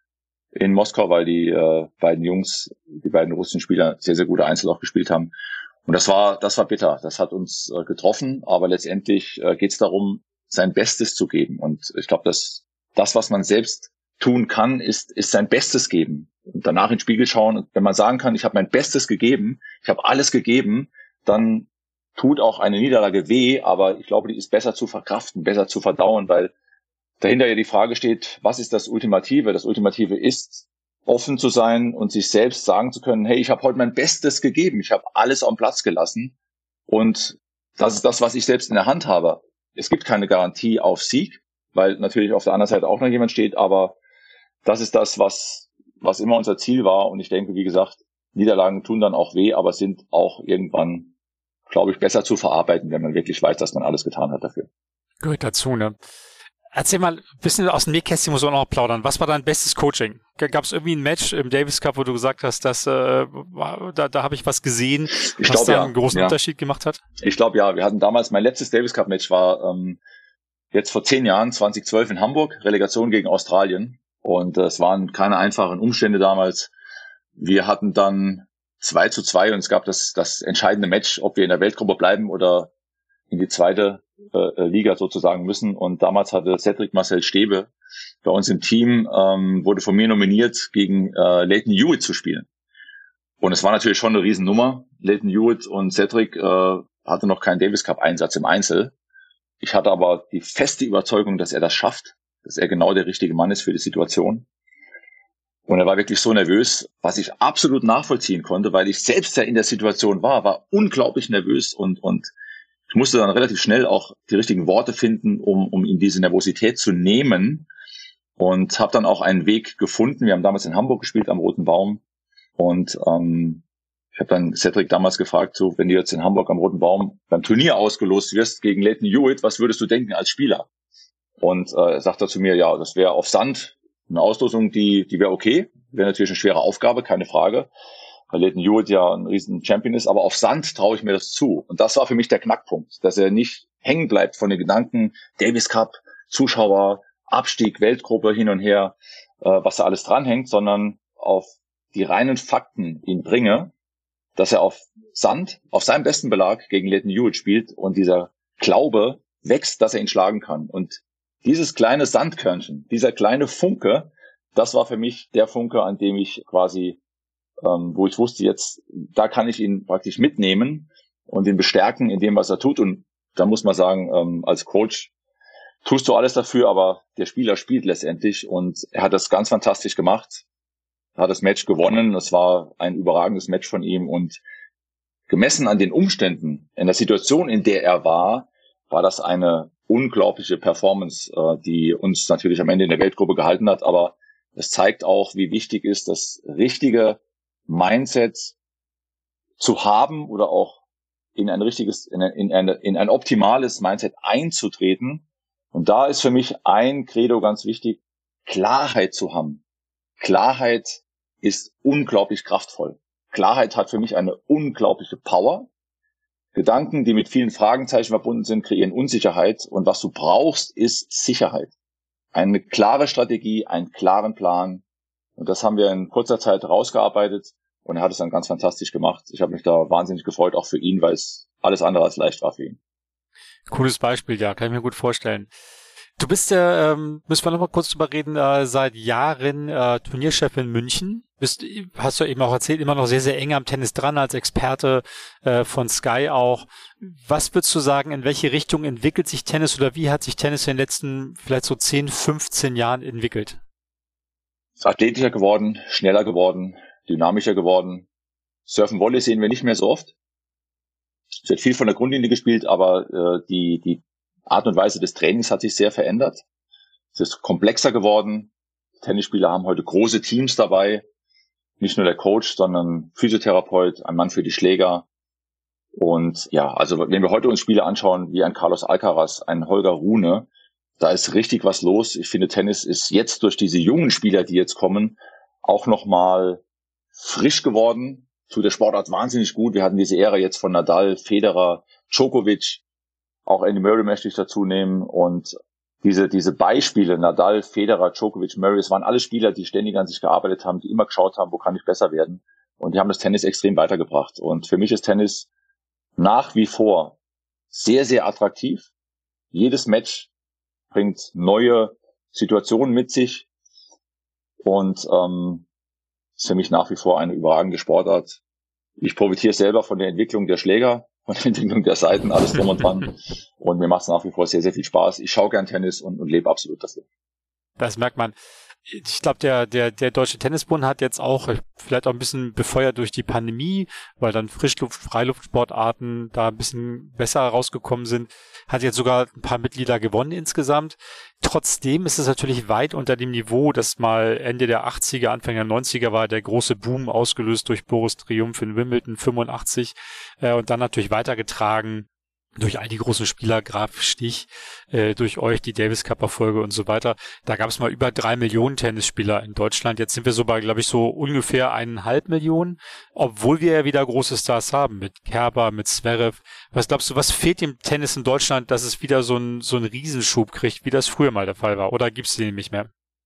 in Moskau, weil die äh, beiden Jungs, die beiden russischen Spieler sehr, sehr gute Einzel auch gespielt haben. Und das war, das war bitter. Das hat uns äh, getroffen. Aber letztendlich äh, geht es darum, sein Bestes zu geben. Und ich glaube, dass das, was man selbst tun kann, ist, ist sein Bestes geben. Und danach in den Spiegel schauen. Und wenn man sagen kann, ich habe mein Bestes gegeben, ich habe alles gegeben, dann tut auch eine Niederlage weh. Aber ich glaube, die ist besser zu verkraften, besser zu verdauen, weil dahinter ja die Frage steht, was ist das Ultimative? Das Ultimative ist, offen zu sein und sich selbst sagen zu können, hey, ich habe heute mein Bestes gegeben, ich habe alles am Platz gelassen und das ist das, was ich selbst in der Hand habe. Es gibt keine Garantie auf Sieg, weil natürlich auf der anderen Seite auch noch jemand steht, aber das ist das, was was immer unser Ziel war und ich denke, wie gesagt, Niederlagen tun dann auch weh, aber sind auch irgendwann, glaube ich, besser zu verarbeiten, wenn man wirklich weiß, dass man alles getan hat dafür. Gehört dazu, ne? Erzähl mal ein bisschen aus dem Nähkästchen, muss man auch plaudern. Was war dein bestes Coaching? Gab es irgendwie ein Match im Davis Cup, wo du gesagt hast, dass äh, da, da habe ich was gesehen, ich was glaub, da ja. einen großen ja. Unterschied gemacht hat? Ich glaube, ja. Wir hatten damals, mein letztes Davis Cup Match war ähm, jetzt vor zehn Jahren, zwanzig zwölf in Hamburg, Relegation gegen Australien. Und äh, es waren keine einfachen Umstände damals. Wir hatten dann zwei zu zwei und es gab das, das entscheidende Match, ob wir in der Weltgruppe bleiben oder in die zweite äh, Liga sozusagen müssen. Und damals hatte Cedric Marcel Stäbe bei uns im Team, ähm, wurde von mir nominiert, gegen äh, Lleyton Hewitt zu spielen. Und es war natürlich schon eine Riesennummer. Lleyton Hewitt und Cedric äh, hatte noch keinen Davis Cup Einsatz im Einzel. Ich hatte aber die feste Überzeugung, dass er das schafft, dass er genau der richtige Mann ist für die Situation. Und er war wirklich so nervös, was ich absolut nachvollziehen konnte, weil ich selbst ja in der Situation war, war unglaublich nervös und und ich musste dann relativ schnell auch die richtigen Worte finden, um um ihm diese Nervosität zu nehmen und habe dann auch einen Weg gefunden. Wir haben damals in Hamburg gespielt am Roten Baum und ähm, ich habe dann Cedric damals gefragt, so wenn du jetzt in Hamburg am Roten Baum beim Turnier ausgelost wirst gegen Lleyton Hewitt, was würdest du denken als Spieler? Und äh, sagt er zu mir, ja, das wäre auf Sand eine Auslosung, die die wäre okay, wäre natürlich eine schwere Aufgabe, keine Frage, weil Lleyton Hewitt ja ein riesen Champion ist, aber auf Sand traue ich mir das zu. Und das war für mich der Knackpunkt, dass er nicht hängen bleibt von den Gedanken, Davis Cup, Zuschauer, Abstieg, Weltgruppe hin und her, äh, was da alles dranhängt, sondern auf die reinen Fakten ihn bringe, dass er auf Sand, auf seinem besten Belag gegen Lleyton Hewitt spielt und dieser Glaube wächst, dass er ihn schlagen kann. Und dieses kleine Sandkörnchen, dieser kleine Funke, das war für mich der Funke, an dem ich quasi, ähm, wo ich wusste, jetzt, da kann ich ihn praktisch mitnehmen und ihn bestärken in dem, was er tut. Und da muss man sagen, ähm, als Coach tust du alles dafür, aber der Spieler spielt letztendlich und er hat das ganz fantastisch gemacht. Er hat das Match gewonnen. Es war ein überragendes Match von ihm und gemessen an den Umständen, in der Situation, in der er war, war das eine unglaubliche Performance, die uns natürlich am Ende in der Weltgruppe gehalten hat. Aber es zeigt auch, wie wichtig ist, das richtige Mindset zu haben oder auch in ein richtiges, in ein, in ein, in ein optimales Mindset einzutreten. Und da ist für mich ein Credo ganz wichtig, Klarheit zu haben. Klarheit ist unglaublich kraftvoll. Klarheit hat für mich eine unglaubliche Power. Gedanken, die mit vielen Fragezeichen verbunden sind, kreieren Unsicherheit. Und was du brauchst, ist Sicherheit. Eine klare Strategie, einen klaren Plan. Und das haben wir in kurzer Zeit rausgearbeitet. Und er hat es dann ganz fantastisch gemacht. Ich habe mich da wahnsinnig gefreut, auch für ihn, weil es alles andere als leicht war für ihn. Cooles Beispiel, ja, kann ich mir gut vorstellen. Du bist ja, ähm, müssen wir noch mal kurz drüber reden, äh, seit Jahren äh, Turnierchef in München. Bist, hast du eben auch erzählt, immer noch sehr, sehr eng am Tennis dran, als Experte äh, von Sky auch. Was würdest du sagen, in welche Richtung entwickelt sich Tennis oder wie hat sich Tennis in den letzten vielleicht so zehn, fünfzehn Jahren entwickelt? Ist athletischer geworden, schneller geworden, dynamischer geworden. Surfen Volley sehen wir nicht mehr so oft. Es wird viel von der Grundlinie gespielt, aber äh, die, die Art und Weise des Trainings hat sich sehr verändert. Es ist komplexer geworden. Tennisspieler haben heute große Teams dabei. Nicht nur der Coach, sondern Physiotherapeut, ein Mann für die Schläger. Und ja, also wenn wir heute uns Spiele anschauen, wie ein Carlos Alcaraz, ein Holger Rune, da ist richtig was los. Ich finde, Tennis ist jetzt durch diese jungen Spieler, die jetzt kommen, auch nochmal frisch geworden. Zu der Sportart wahnsinnig gut. Wir hatten diese Ära jetzt von Nadal, Federer, Djokovic, auch Andy Murray möchte ich dazu nehmen. Und diese diese Beispiele, Nadal, Federer, Djokovic, Murray, es waren alle Spieler, die ständig an sich gearbeitet haben, die immer geschaut haben, wo kann ich besser werden. Und die haben das Tennis extrem weitergebracht. Und für mich ist Tennis nach wie vor sehr, sehr attraktiv. Jedes Match bringt neue Situationen mit sich. Und ähm, ist für mich nach wie vor eine überragende Sportart. Ich profitiere selber von der Entwicklung der Schläger, von der Entwicklung der Seiten, alles drum und dran. Und mir macht es nach wie vor sehr, sehr viel Spaß. Ich schaue gern Tennis und, und lebe absolut das Leben. Das merkt man. Ich glaube, der, der, der Deutsche Tennisbund hat jetzt auch, vielleicht auch ein bisschen befeuert durch die Pandemie, weil dann Frischluft-, Freiluftsportarten da ein bisschen besser rausgekommen sind, hat jetzt sogar ein paar Mitglieder gewonnen insgesamt. Trotzdem ist es natürlich weit unter dem Niveau, das mal Ende der achtziger, Anfang der neunziger war, der große Boom ausgelöst durch Boris Triumph in Wimbledon fünfundachtzig äh, und dann natürlich weitergetragen durch all die großen Spieler, Graf Stich, äh, durch euch, die Davis Cup Erfolge und so weiter. Da gab es mal über drei Millionen Tennisspieler in Deutschland. Jetzt sind wir so bei, glaube ich, so ungefähr eineinhalb Millionen, obwohl wir ja wieder große Stars haben, mit Kerber, mit Zverev. Was glaubst du, was fehlt dem Tennis in Deutschland, dass es wieder so einen so einen Riesenschub kriegt, wie das früher mal der Fall war? Oder gibt es den nicht mehr?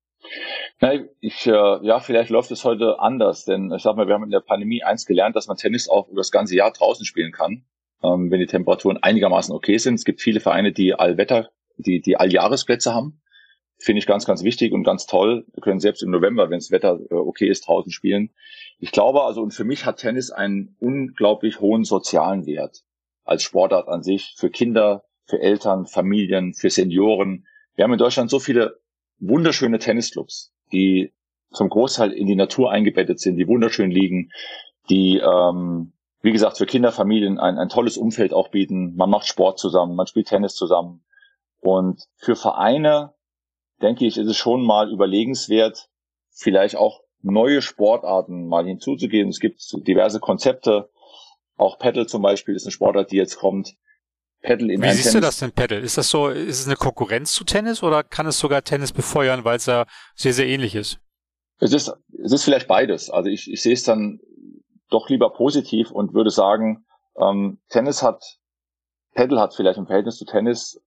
Na, ich, äh, ja, vielleicht läuft es heute anders, denn ich sag mal, wir haben in der Pandemie eins gelernt, dass man Tennis auch über das ganze Jahr draußen spielen kann. Ähm, wenn die Temperaturen einigermaßen okay sind. Es gibt viele Vereine, die Allwetter, die, die Alljahresplätze haben. Finde ich ganz, ganz wichtig und ganz toll. Wir können selbst im November, wenn das Wetter äh, okay ist, draußen spielen. Ich glaube also, und für mich hat Tennis einen unglaublich hohen sozialen Wert als Sportart an sich, für Kinder, für Eltern, Familien, für Senioren. Wir haben in Deutschland so viele wunderschöne Tennisclubs, die zum Großteil in die Natur eingebettet sind, die wunderschön liegen, die, ähm, wie gesagt, für Kinder, Familien ein, ein tolles Umfeld auch bieten. Man macht Sport zusammen, man spielt Tennis zusammen. Und für Vereine, denke ich, ist es schon mal überlegenswert, vielleicht auch neue Sportarten mal hinzuzugehen. Es gibt diverse Konzepte. Auch Paddle zum Beispiel ist eine Sportart, die jetzt kommt. Paddle in Wie siehst Tennis. du das denn, Paddle? Ist das so, ist es eine Konkurrenz zu Tennis oder kann es sogar Tennis befeuern, weil es ja sehr, sehr ähnlich ist? Es ist, es ist vielleicht beides. Also ich, ich sehe es dann doch lieber positiv und würde sagen, ähm, Tennis hat, Paddle hat vielleicht im Verhältnis zu Tennis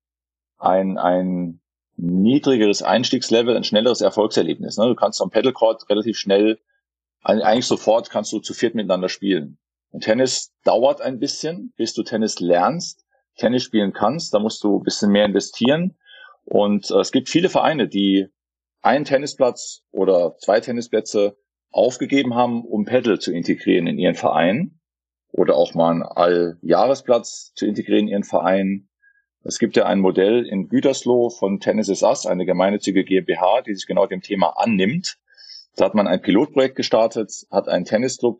ein, ein niedrigeres Einstiegslevel, ein schnelleres Erfolgserlebnis. Ne? Du kannst am Paddlecourt relativ schnell, eigentlich sofort kannst du zu viert miteinander spielen. Und Tennis dauert ein bisschen, bis du Tennis lernst, Tennis spielen kannst. Da musst du ein bisschen mehr investieren. Und äh, es gibt viele Vereine, die einen Tennisplatz oder zwei Tennisplätze aufgegeben haben, um Paddle zu integrieren in ihren Verein oder auch mal einen Alljahresplatz zu integrieren in ihren Verein. Es gibt ja ein Modell in Gütersloh von Tennis is Us, eine gemeinnützige GmbH, die sich genau dem Thema annimmt. Da hat man ein Pilotprojekt gestartet, hat einen Tennisclub,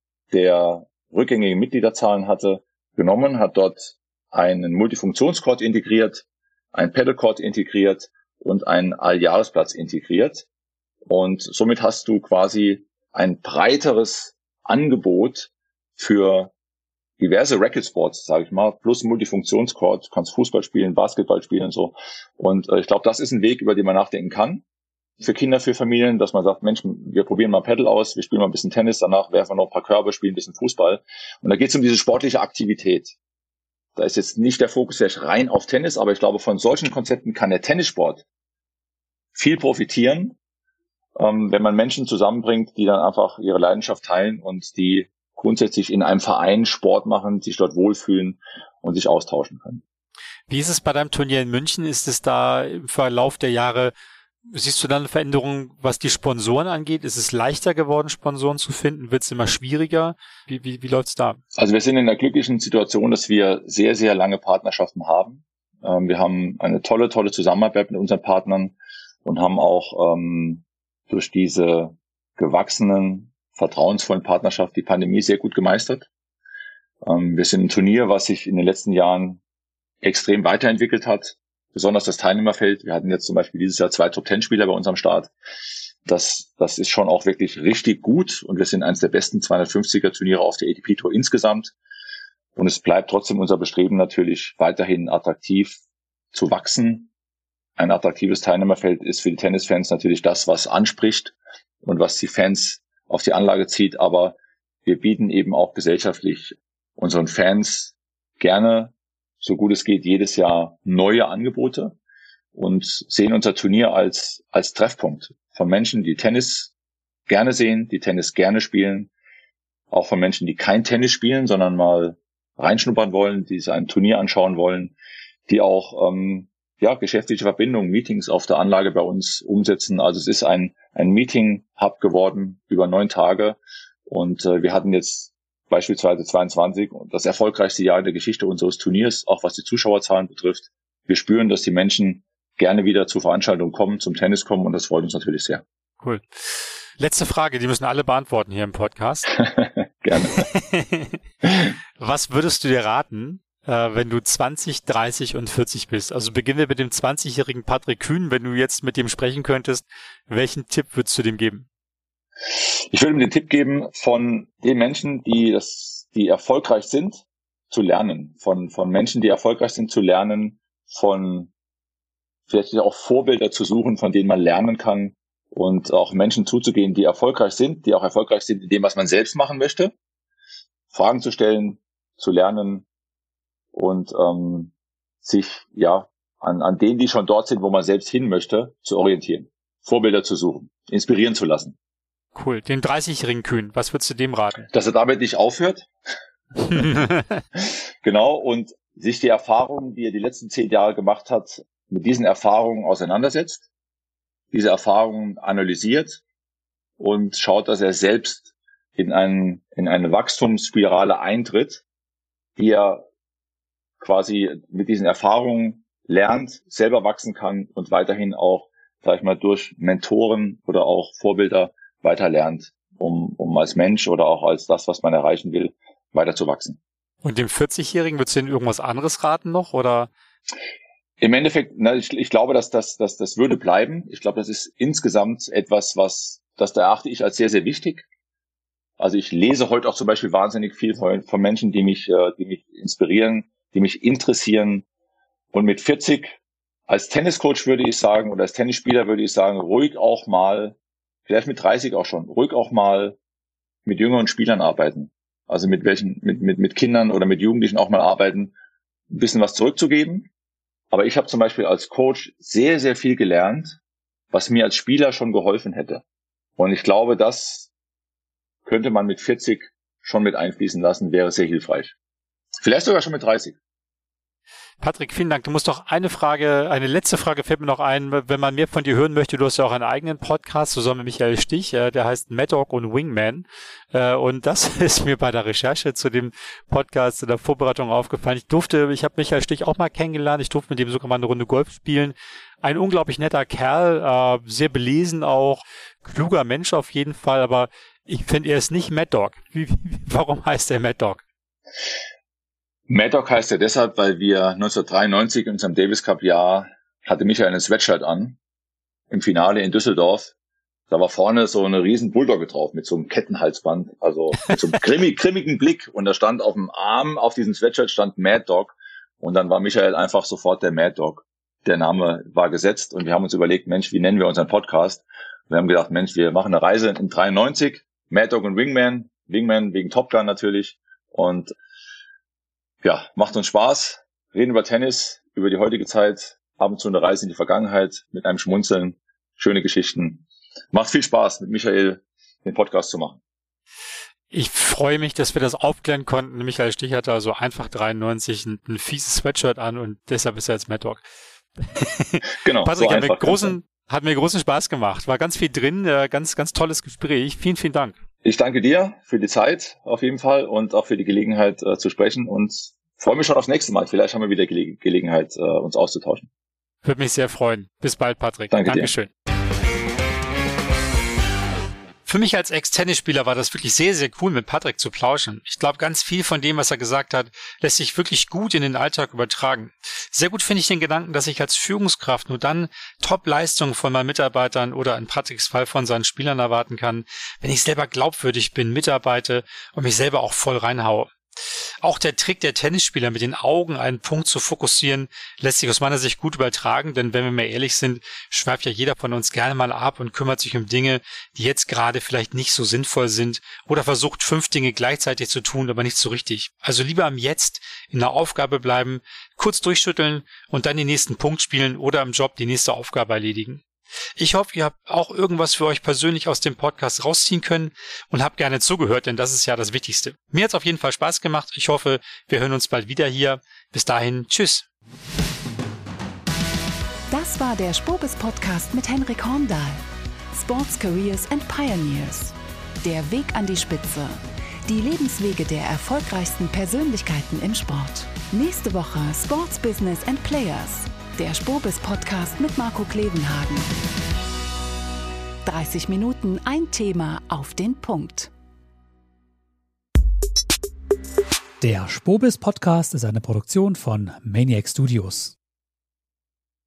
der rückgängige Mitgliederzahlen hatte, genommen, hat dort einen Multifunktionscourt integriert, einen Paddlecourt integriert und einen Alljahresplatz integriert. Und somit hast du quasi ein breiteres Angebot für diverse Racket-Sports, sage ich mal, plus Multifunktionscourt. Du kannst Fußball spielen, Basketball spielen und so. Und äh, ich glaube, das ist ein Weg, über den man nachdenken kann. Für Kinder, für Familien, dass man sagt, Mensch, wir probieren mal Paddle aus, wir spielen mal ein bisschen Tennis, danach werfen wir noch ein paar Körbe, spielen ein bisschen Fußball. Und da geht es um diese sportliche Aktivität. Da ist jetzt nicht der Fokus vielleicht rein auf Tennis, aber ich glaube, von solchen Konzepten kann der Tennissport viel profitieren, ähm, wenn man Menschen zusammenbringt, die dann einfach ihre Leidenschaft teilen und die grundsätzlich in einem Verein Sport machen, sich dort wohlfühlen und sich austauschen können. Wie ist es bei deinem Turnier in München? Ist es da im Verlauf der Jahre, siehst du da eine Veränderung, was die Sponsoren angeht? Ist es leichter geworden, Sponsoren zu finden? Wird es immer schwieriger? Wie, wie, wie läuft's da? Also wir sind in der glücklichen Situation, dass wir sehr, sehr lange Partnerschaften haben. Ähm, wir haben eine tolle, tolle Zusammenarbeit mit unseren Partnern und haben auch ähm, durch diese gewachsenen, vertrauensvollen Partnerschaft die Pandemie sehr gut gemeistert. Ähm, wir sind ein Turnier, was sich in den letzten Jahren extrem weiterentwickelt hat. Besonders das Teilnehmerfeld. Wir hatten jetzt zum Beispiel dieses Jahr zwei Top-Ten-Spieler bei unserem Start. Das, das ist schon auch wirklich richtig gut und wir sind eines der besten zweihundertfünfziger Turniere auf der A T P Tour insgesamt. Und es bleibt trotzdem unser Bestreben natürlich weiterhin attraktiv zu wachsen. Ein attraktives Teilnehmerfeld ist für die Tennisfans natürlich das, was anspricht und was die Fans auf die Anlage zieht. Aber wir bieten eben auch gesellschaftlich unseren Fans gerne, so gut es geht, jedes Jahr neue Angebote und sehen unser Turnier als, als Treffpunkt von Menschen, die Tennis gerne sehen, die Tennis gerne spielen, auch von Menschen, die kein Tennis spielen, sondern mal reinschnuppern wollen, die sich ein Turnier anschauen wollen, die auch ähm, ja geschäftliche Verbindungen, Meetings auf der Anlage bei uns umsetzen. Also es ist ein, ein Meeting-Hub geworden über neun Tage und äh, wir hatten jetzt beispielsweise zweiundzwanzig und das erfolgreichste Jahr in der Geschichte unseres Turniers, auch was die Zuschauerzahlen betrifft. Wir spüren, dass die Menschen gerne wieder zu Veranstaltungen kommen, zum Tennis kommen und das freut uns natürlich sehr. Cool. Letzte Frage, die müssen alle beantworten hier im Podcast. Gerne. Was würdest du dir raten, äh, wenn du zwanzig, dreißig und vierzig bist? Also beginnen wir mit dem zwanzigjährigen Patrick Kühn. Wenn du jetzt mit dem sprechen könntest, welchen Tipp würdest du dem geben? Ich würde ihm den Tipp geben, von den Menschen, die das, die erfolgreich sind, zu lernen. Von, von Menschen, die erfolgreich sind, zu lernen. Von vielleicht auch Vorbilder zu suchen, von denen man lernen kann. Und auch Menschen zuzugehen, die erfolgreich sind, die auch erfolgreich sind in dem, was man selbst machen möchte. Fragen zu stellen, zu lernen und ähm, sich ja an, an denen, die schon dort sind, wo man selbst hin möchte, zu orientieren. Vorbilder zu suchen, inspirieren zu lassen. Cool. Den dreißigjährigen Kühn, was würdest du dem raten? Dass er damit nicht aufhört. Genau, und sich die Erfahrungen, die er die letzten zehn Jahre gemacht hat, mit diesen Erfahrungen auseinandersetzt, diese Erfahrungen analysiert und schaut, dass er selbst in, einen, in eine Wachstumsspirale eintritt, die er quasi mit diesen Erfahrungen lernt, selber wachsen kann und weiterhin auch, sag ich mal, durch Mentoren oder auch Vorbilder weiter lernt, um, um als Mensch oder auch als das, was man erreichen will, weiter zu wachsen. Und dem vierzigjährigen würdest du denn irgendwas anderes raten noch, oder? Im Endeffekt, na, ich, ich glaube, dass das, dass das würde bleiben. Ich glaube, das ist insgesamt etwas, was, das erachte ich als sehr, sehr wichtig. Also ich lese heute auch zum Beispiel wahnsinnig viel von, von Menschen, die mich, äh, die mich inspirieren, die mich interessieren. Und mit vierzig als Tenniscoach würde ich sagen, oder als Tennisspieler würde ich sagen, ruhig auch mal, vielleicht mit dreißig auch schon, ruhig auch mal mit jüngeren Spielern arbeiten. Also mit welchen, mit, mit, mit Kindern oder mit Jugendlichen auch mal arbeiten, ein bisschen was zurückzugeben. Aber ich habe zum Beispiel als Coach sehr, sehr viel gelernt, was mir als Spieler schon geholfen hätte. Und ich glaube, das könnte man mit vierzig schon mit einfließen lassen, wäre sehr hilfreich. Vielleicht sogar schon mit dreißig. Patrick, vielen Dank. Du musst doch eine Frage, eine letzte Frage fällt mir noch ein, wenn man mehr von dir hören möchte. Du hast ja auch einen eigenen Podcast zusammen mit Michael Stich, der heißt Mad Dog und Wingman. Und das ist mir bei der Recherche zu dem Podcast in der Vorbereitung aufgefallen. Ich durfte, ich habe Michael Stich auch mal kennengelernt. Ich durfte mit dem sogar mal eine Runde Golf spielen. Ein unglaublich netter Kerl, sehr belesen auch, kluger Mensch auf jeden Fall. Aber ich finde, er ist nicht Mad Dog. Wie, wie, warum heißt er Mad Dog? Mad Dog heißt er deshalb, weil wir neunzehnhundertdreiundneunzig in unserem Davis Cup Jahr hatte Michael ein Sweatshirt an im Finale in Düsseldorf. Da war vorne so eine riesen Bulldogge drauf mit so einem Kettenhalsband, also mit so einem grimmig, grimmigen Blick. Und da stand auf dem Arm, auf diesem Sweatshirt stand Mad Dog. Und dann war Michael einfach sofort der Mad Dog. Der Name war gesetzt und wir haben uns überlegt, Mensch, wie nennen wir unseren Podcast? Wir haben gedacht, Mensch, wir machen eine Reise in dreiundneunzig, Mad Dog und Wingman. Wingman wegen Top Gun natürlich. Und ja, macht uns Spaß, reden über Tennis, über die heutige Zeit, ab und zu eine Reise in die Vergangenheit mit einem Schmunzeln, schöne Geschichten. Macht viel Spaß, mit Michael den Podcast zu machen. Ich freue mich, dass wir das aufklären konnten. Michael Stich hatte also einfach dreiundneunzig ein, ein fieses Sweatshirt an und deshalb ist er jetzt Mad Dog. Genau, Patrick, so hat, mir einfach großen, hat mir großen Spaß gemacht. War ganz viel drin, ganz, ganz tolles Gespräch. Vielen, vielen Dank. Ich danke dir für die Zeit auf jeden Fall und auch für die Gelegenheit äh, zu sprechen und freue mich schon aufs nächste Mal. Vielleicht haben wir wieder Gele- Gelegenheit, äh, uns auszutauschen. Würde mich sehr freuen. Bis bald, Patrick. Danke Dankeschön. dir. Für mich als Ex-Tennisspieler war das wirklich sehr, sehr cool, mit Patrick zu plauschen. Ich glaube, ganz viel von dem, was er gesagt hat, lässt sich wirklich gut in den Alltag übertragen. Sehr gut finde ich den Gedanken, dass ich als Führungskraft nur dann Top-Leistungen von meinen Mitarbeitern oder in Patricks Fall von seinen Spielern erwarten kann, wenn ich selber glaubwürdig bin, mitarbeite und mich selber auch voll reinhaue. Auch der Trick der Tennisspieler, mit den Augen einen Punkt zu fokussieren, lässt sich aus meiner Sicht gut übertragen, denn wenn wir mal ehrlich sind, schweift ja jeder von uns gerne mal ab und kümmert sich um Dinge, die jetzt gerade vielleicht nicht so sinnvoll sind oder versucht, fünf Dinge gleichzeitig zu tun, aber nicht so richtig. Also lieber am Jetzt in der Aufgabe bleiben, kurz durchschütteln und dann den nächsten Punkt spielen oder im Job die nächste Aufgabe erledigen. Ich hoffe, ihr habt auch irgendwas für euch persönlich aus dem Podcast rausziehen können und habt gerne zugehört, denn das ist ja das Wichtigste. Mir hat es auf jeden Fall Spaß gemacht. Ich hoffe, wir hören uns bald wieder hier. Bis dahin, tschüss. Das war der Spobis-Podcast mit Henrik Horndahl. Sports Careers and Pioneers. Der Weg an die Spitze. Die Lebenswege der erfolgreichsten Persönlichkeiten im Sport. Nächste Woche Sports Business and Players. Der Spobis-Podcast mit Marco Klevenhagen. dreißig Minuten, ein Thema auf den Punkt. Der Spobis-Podcast ist eine Produktion von Maniac Studios.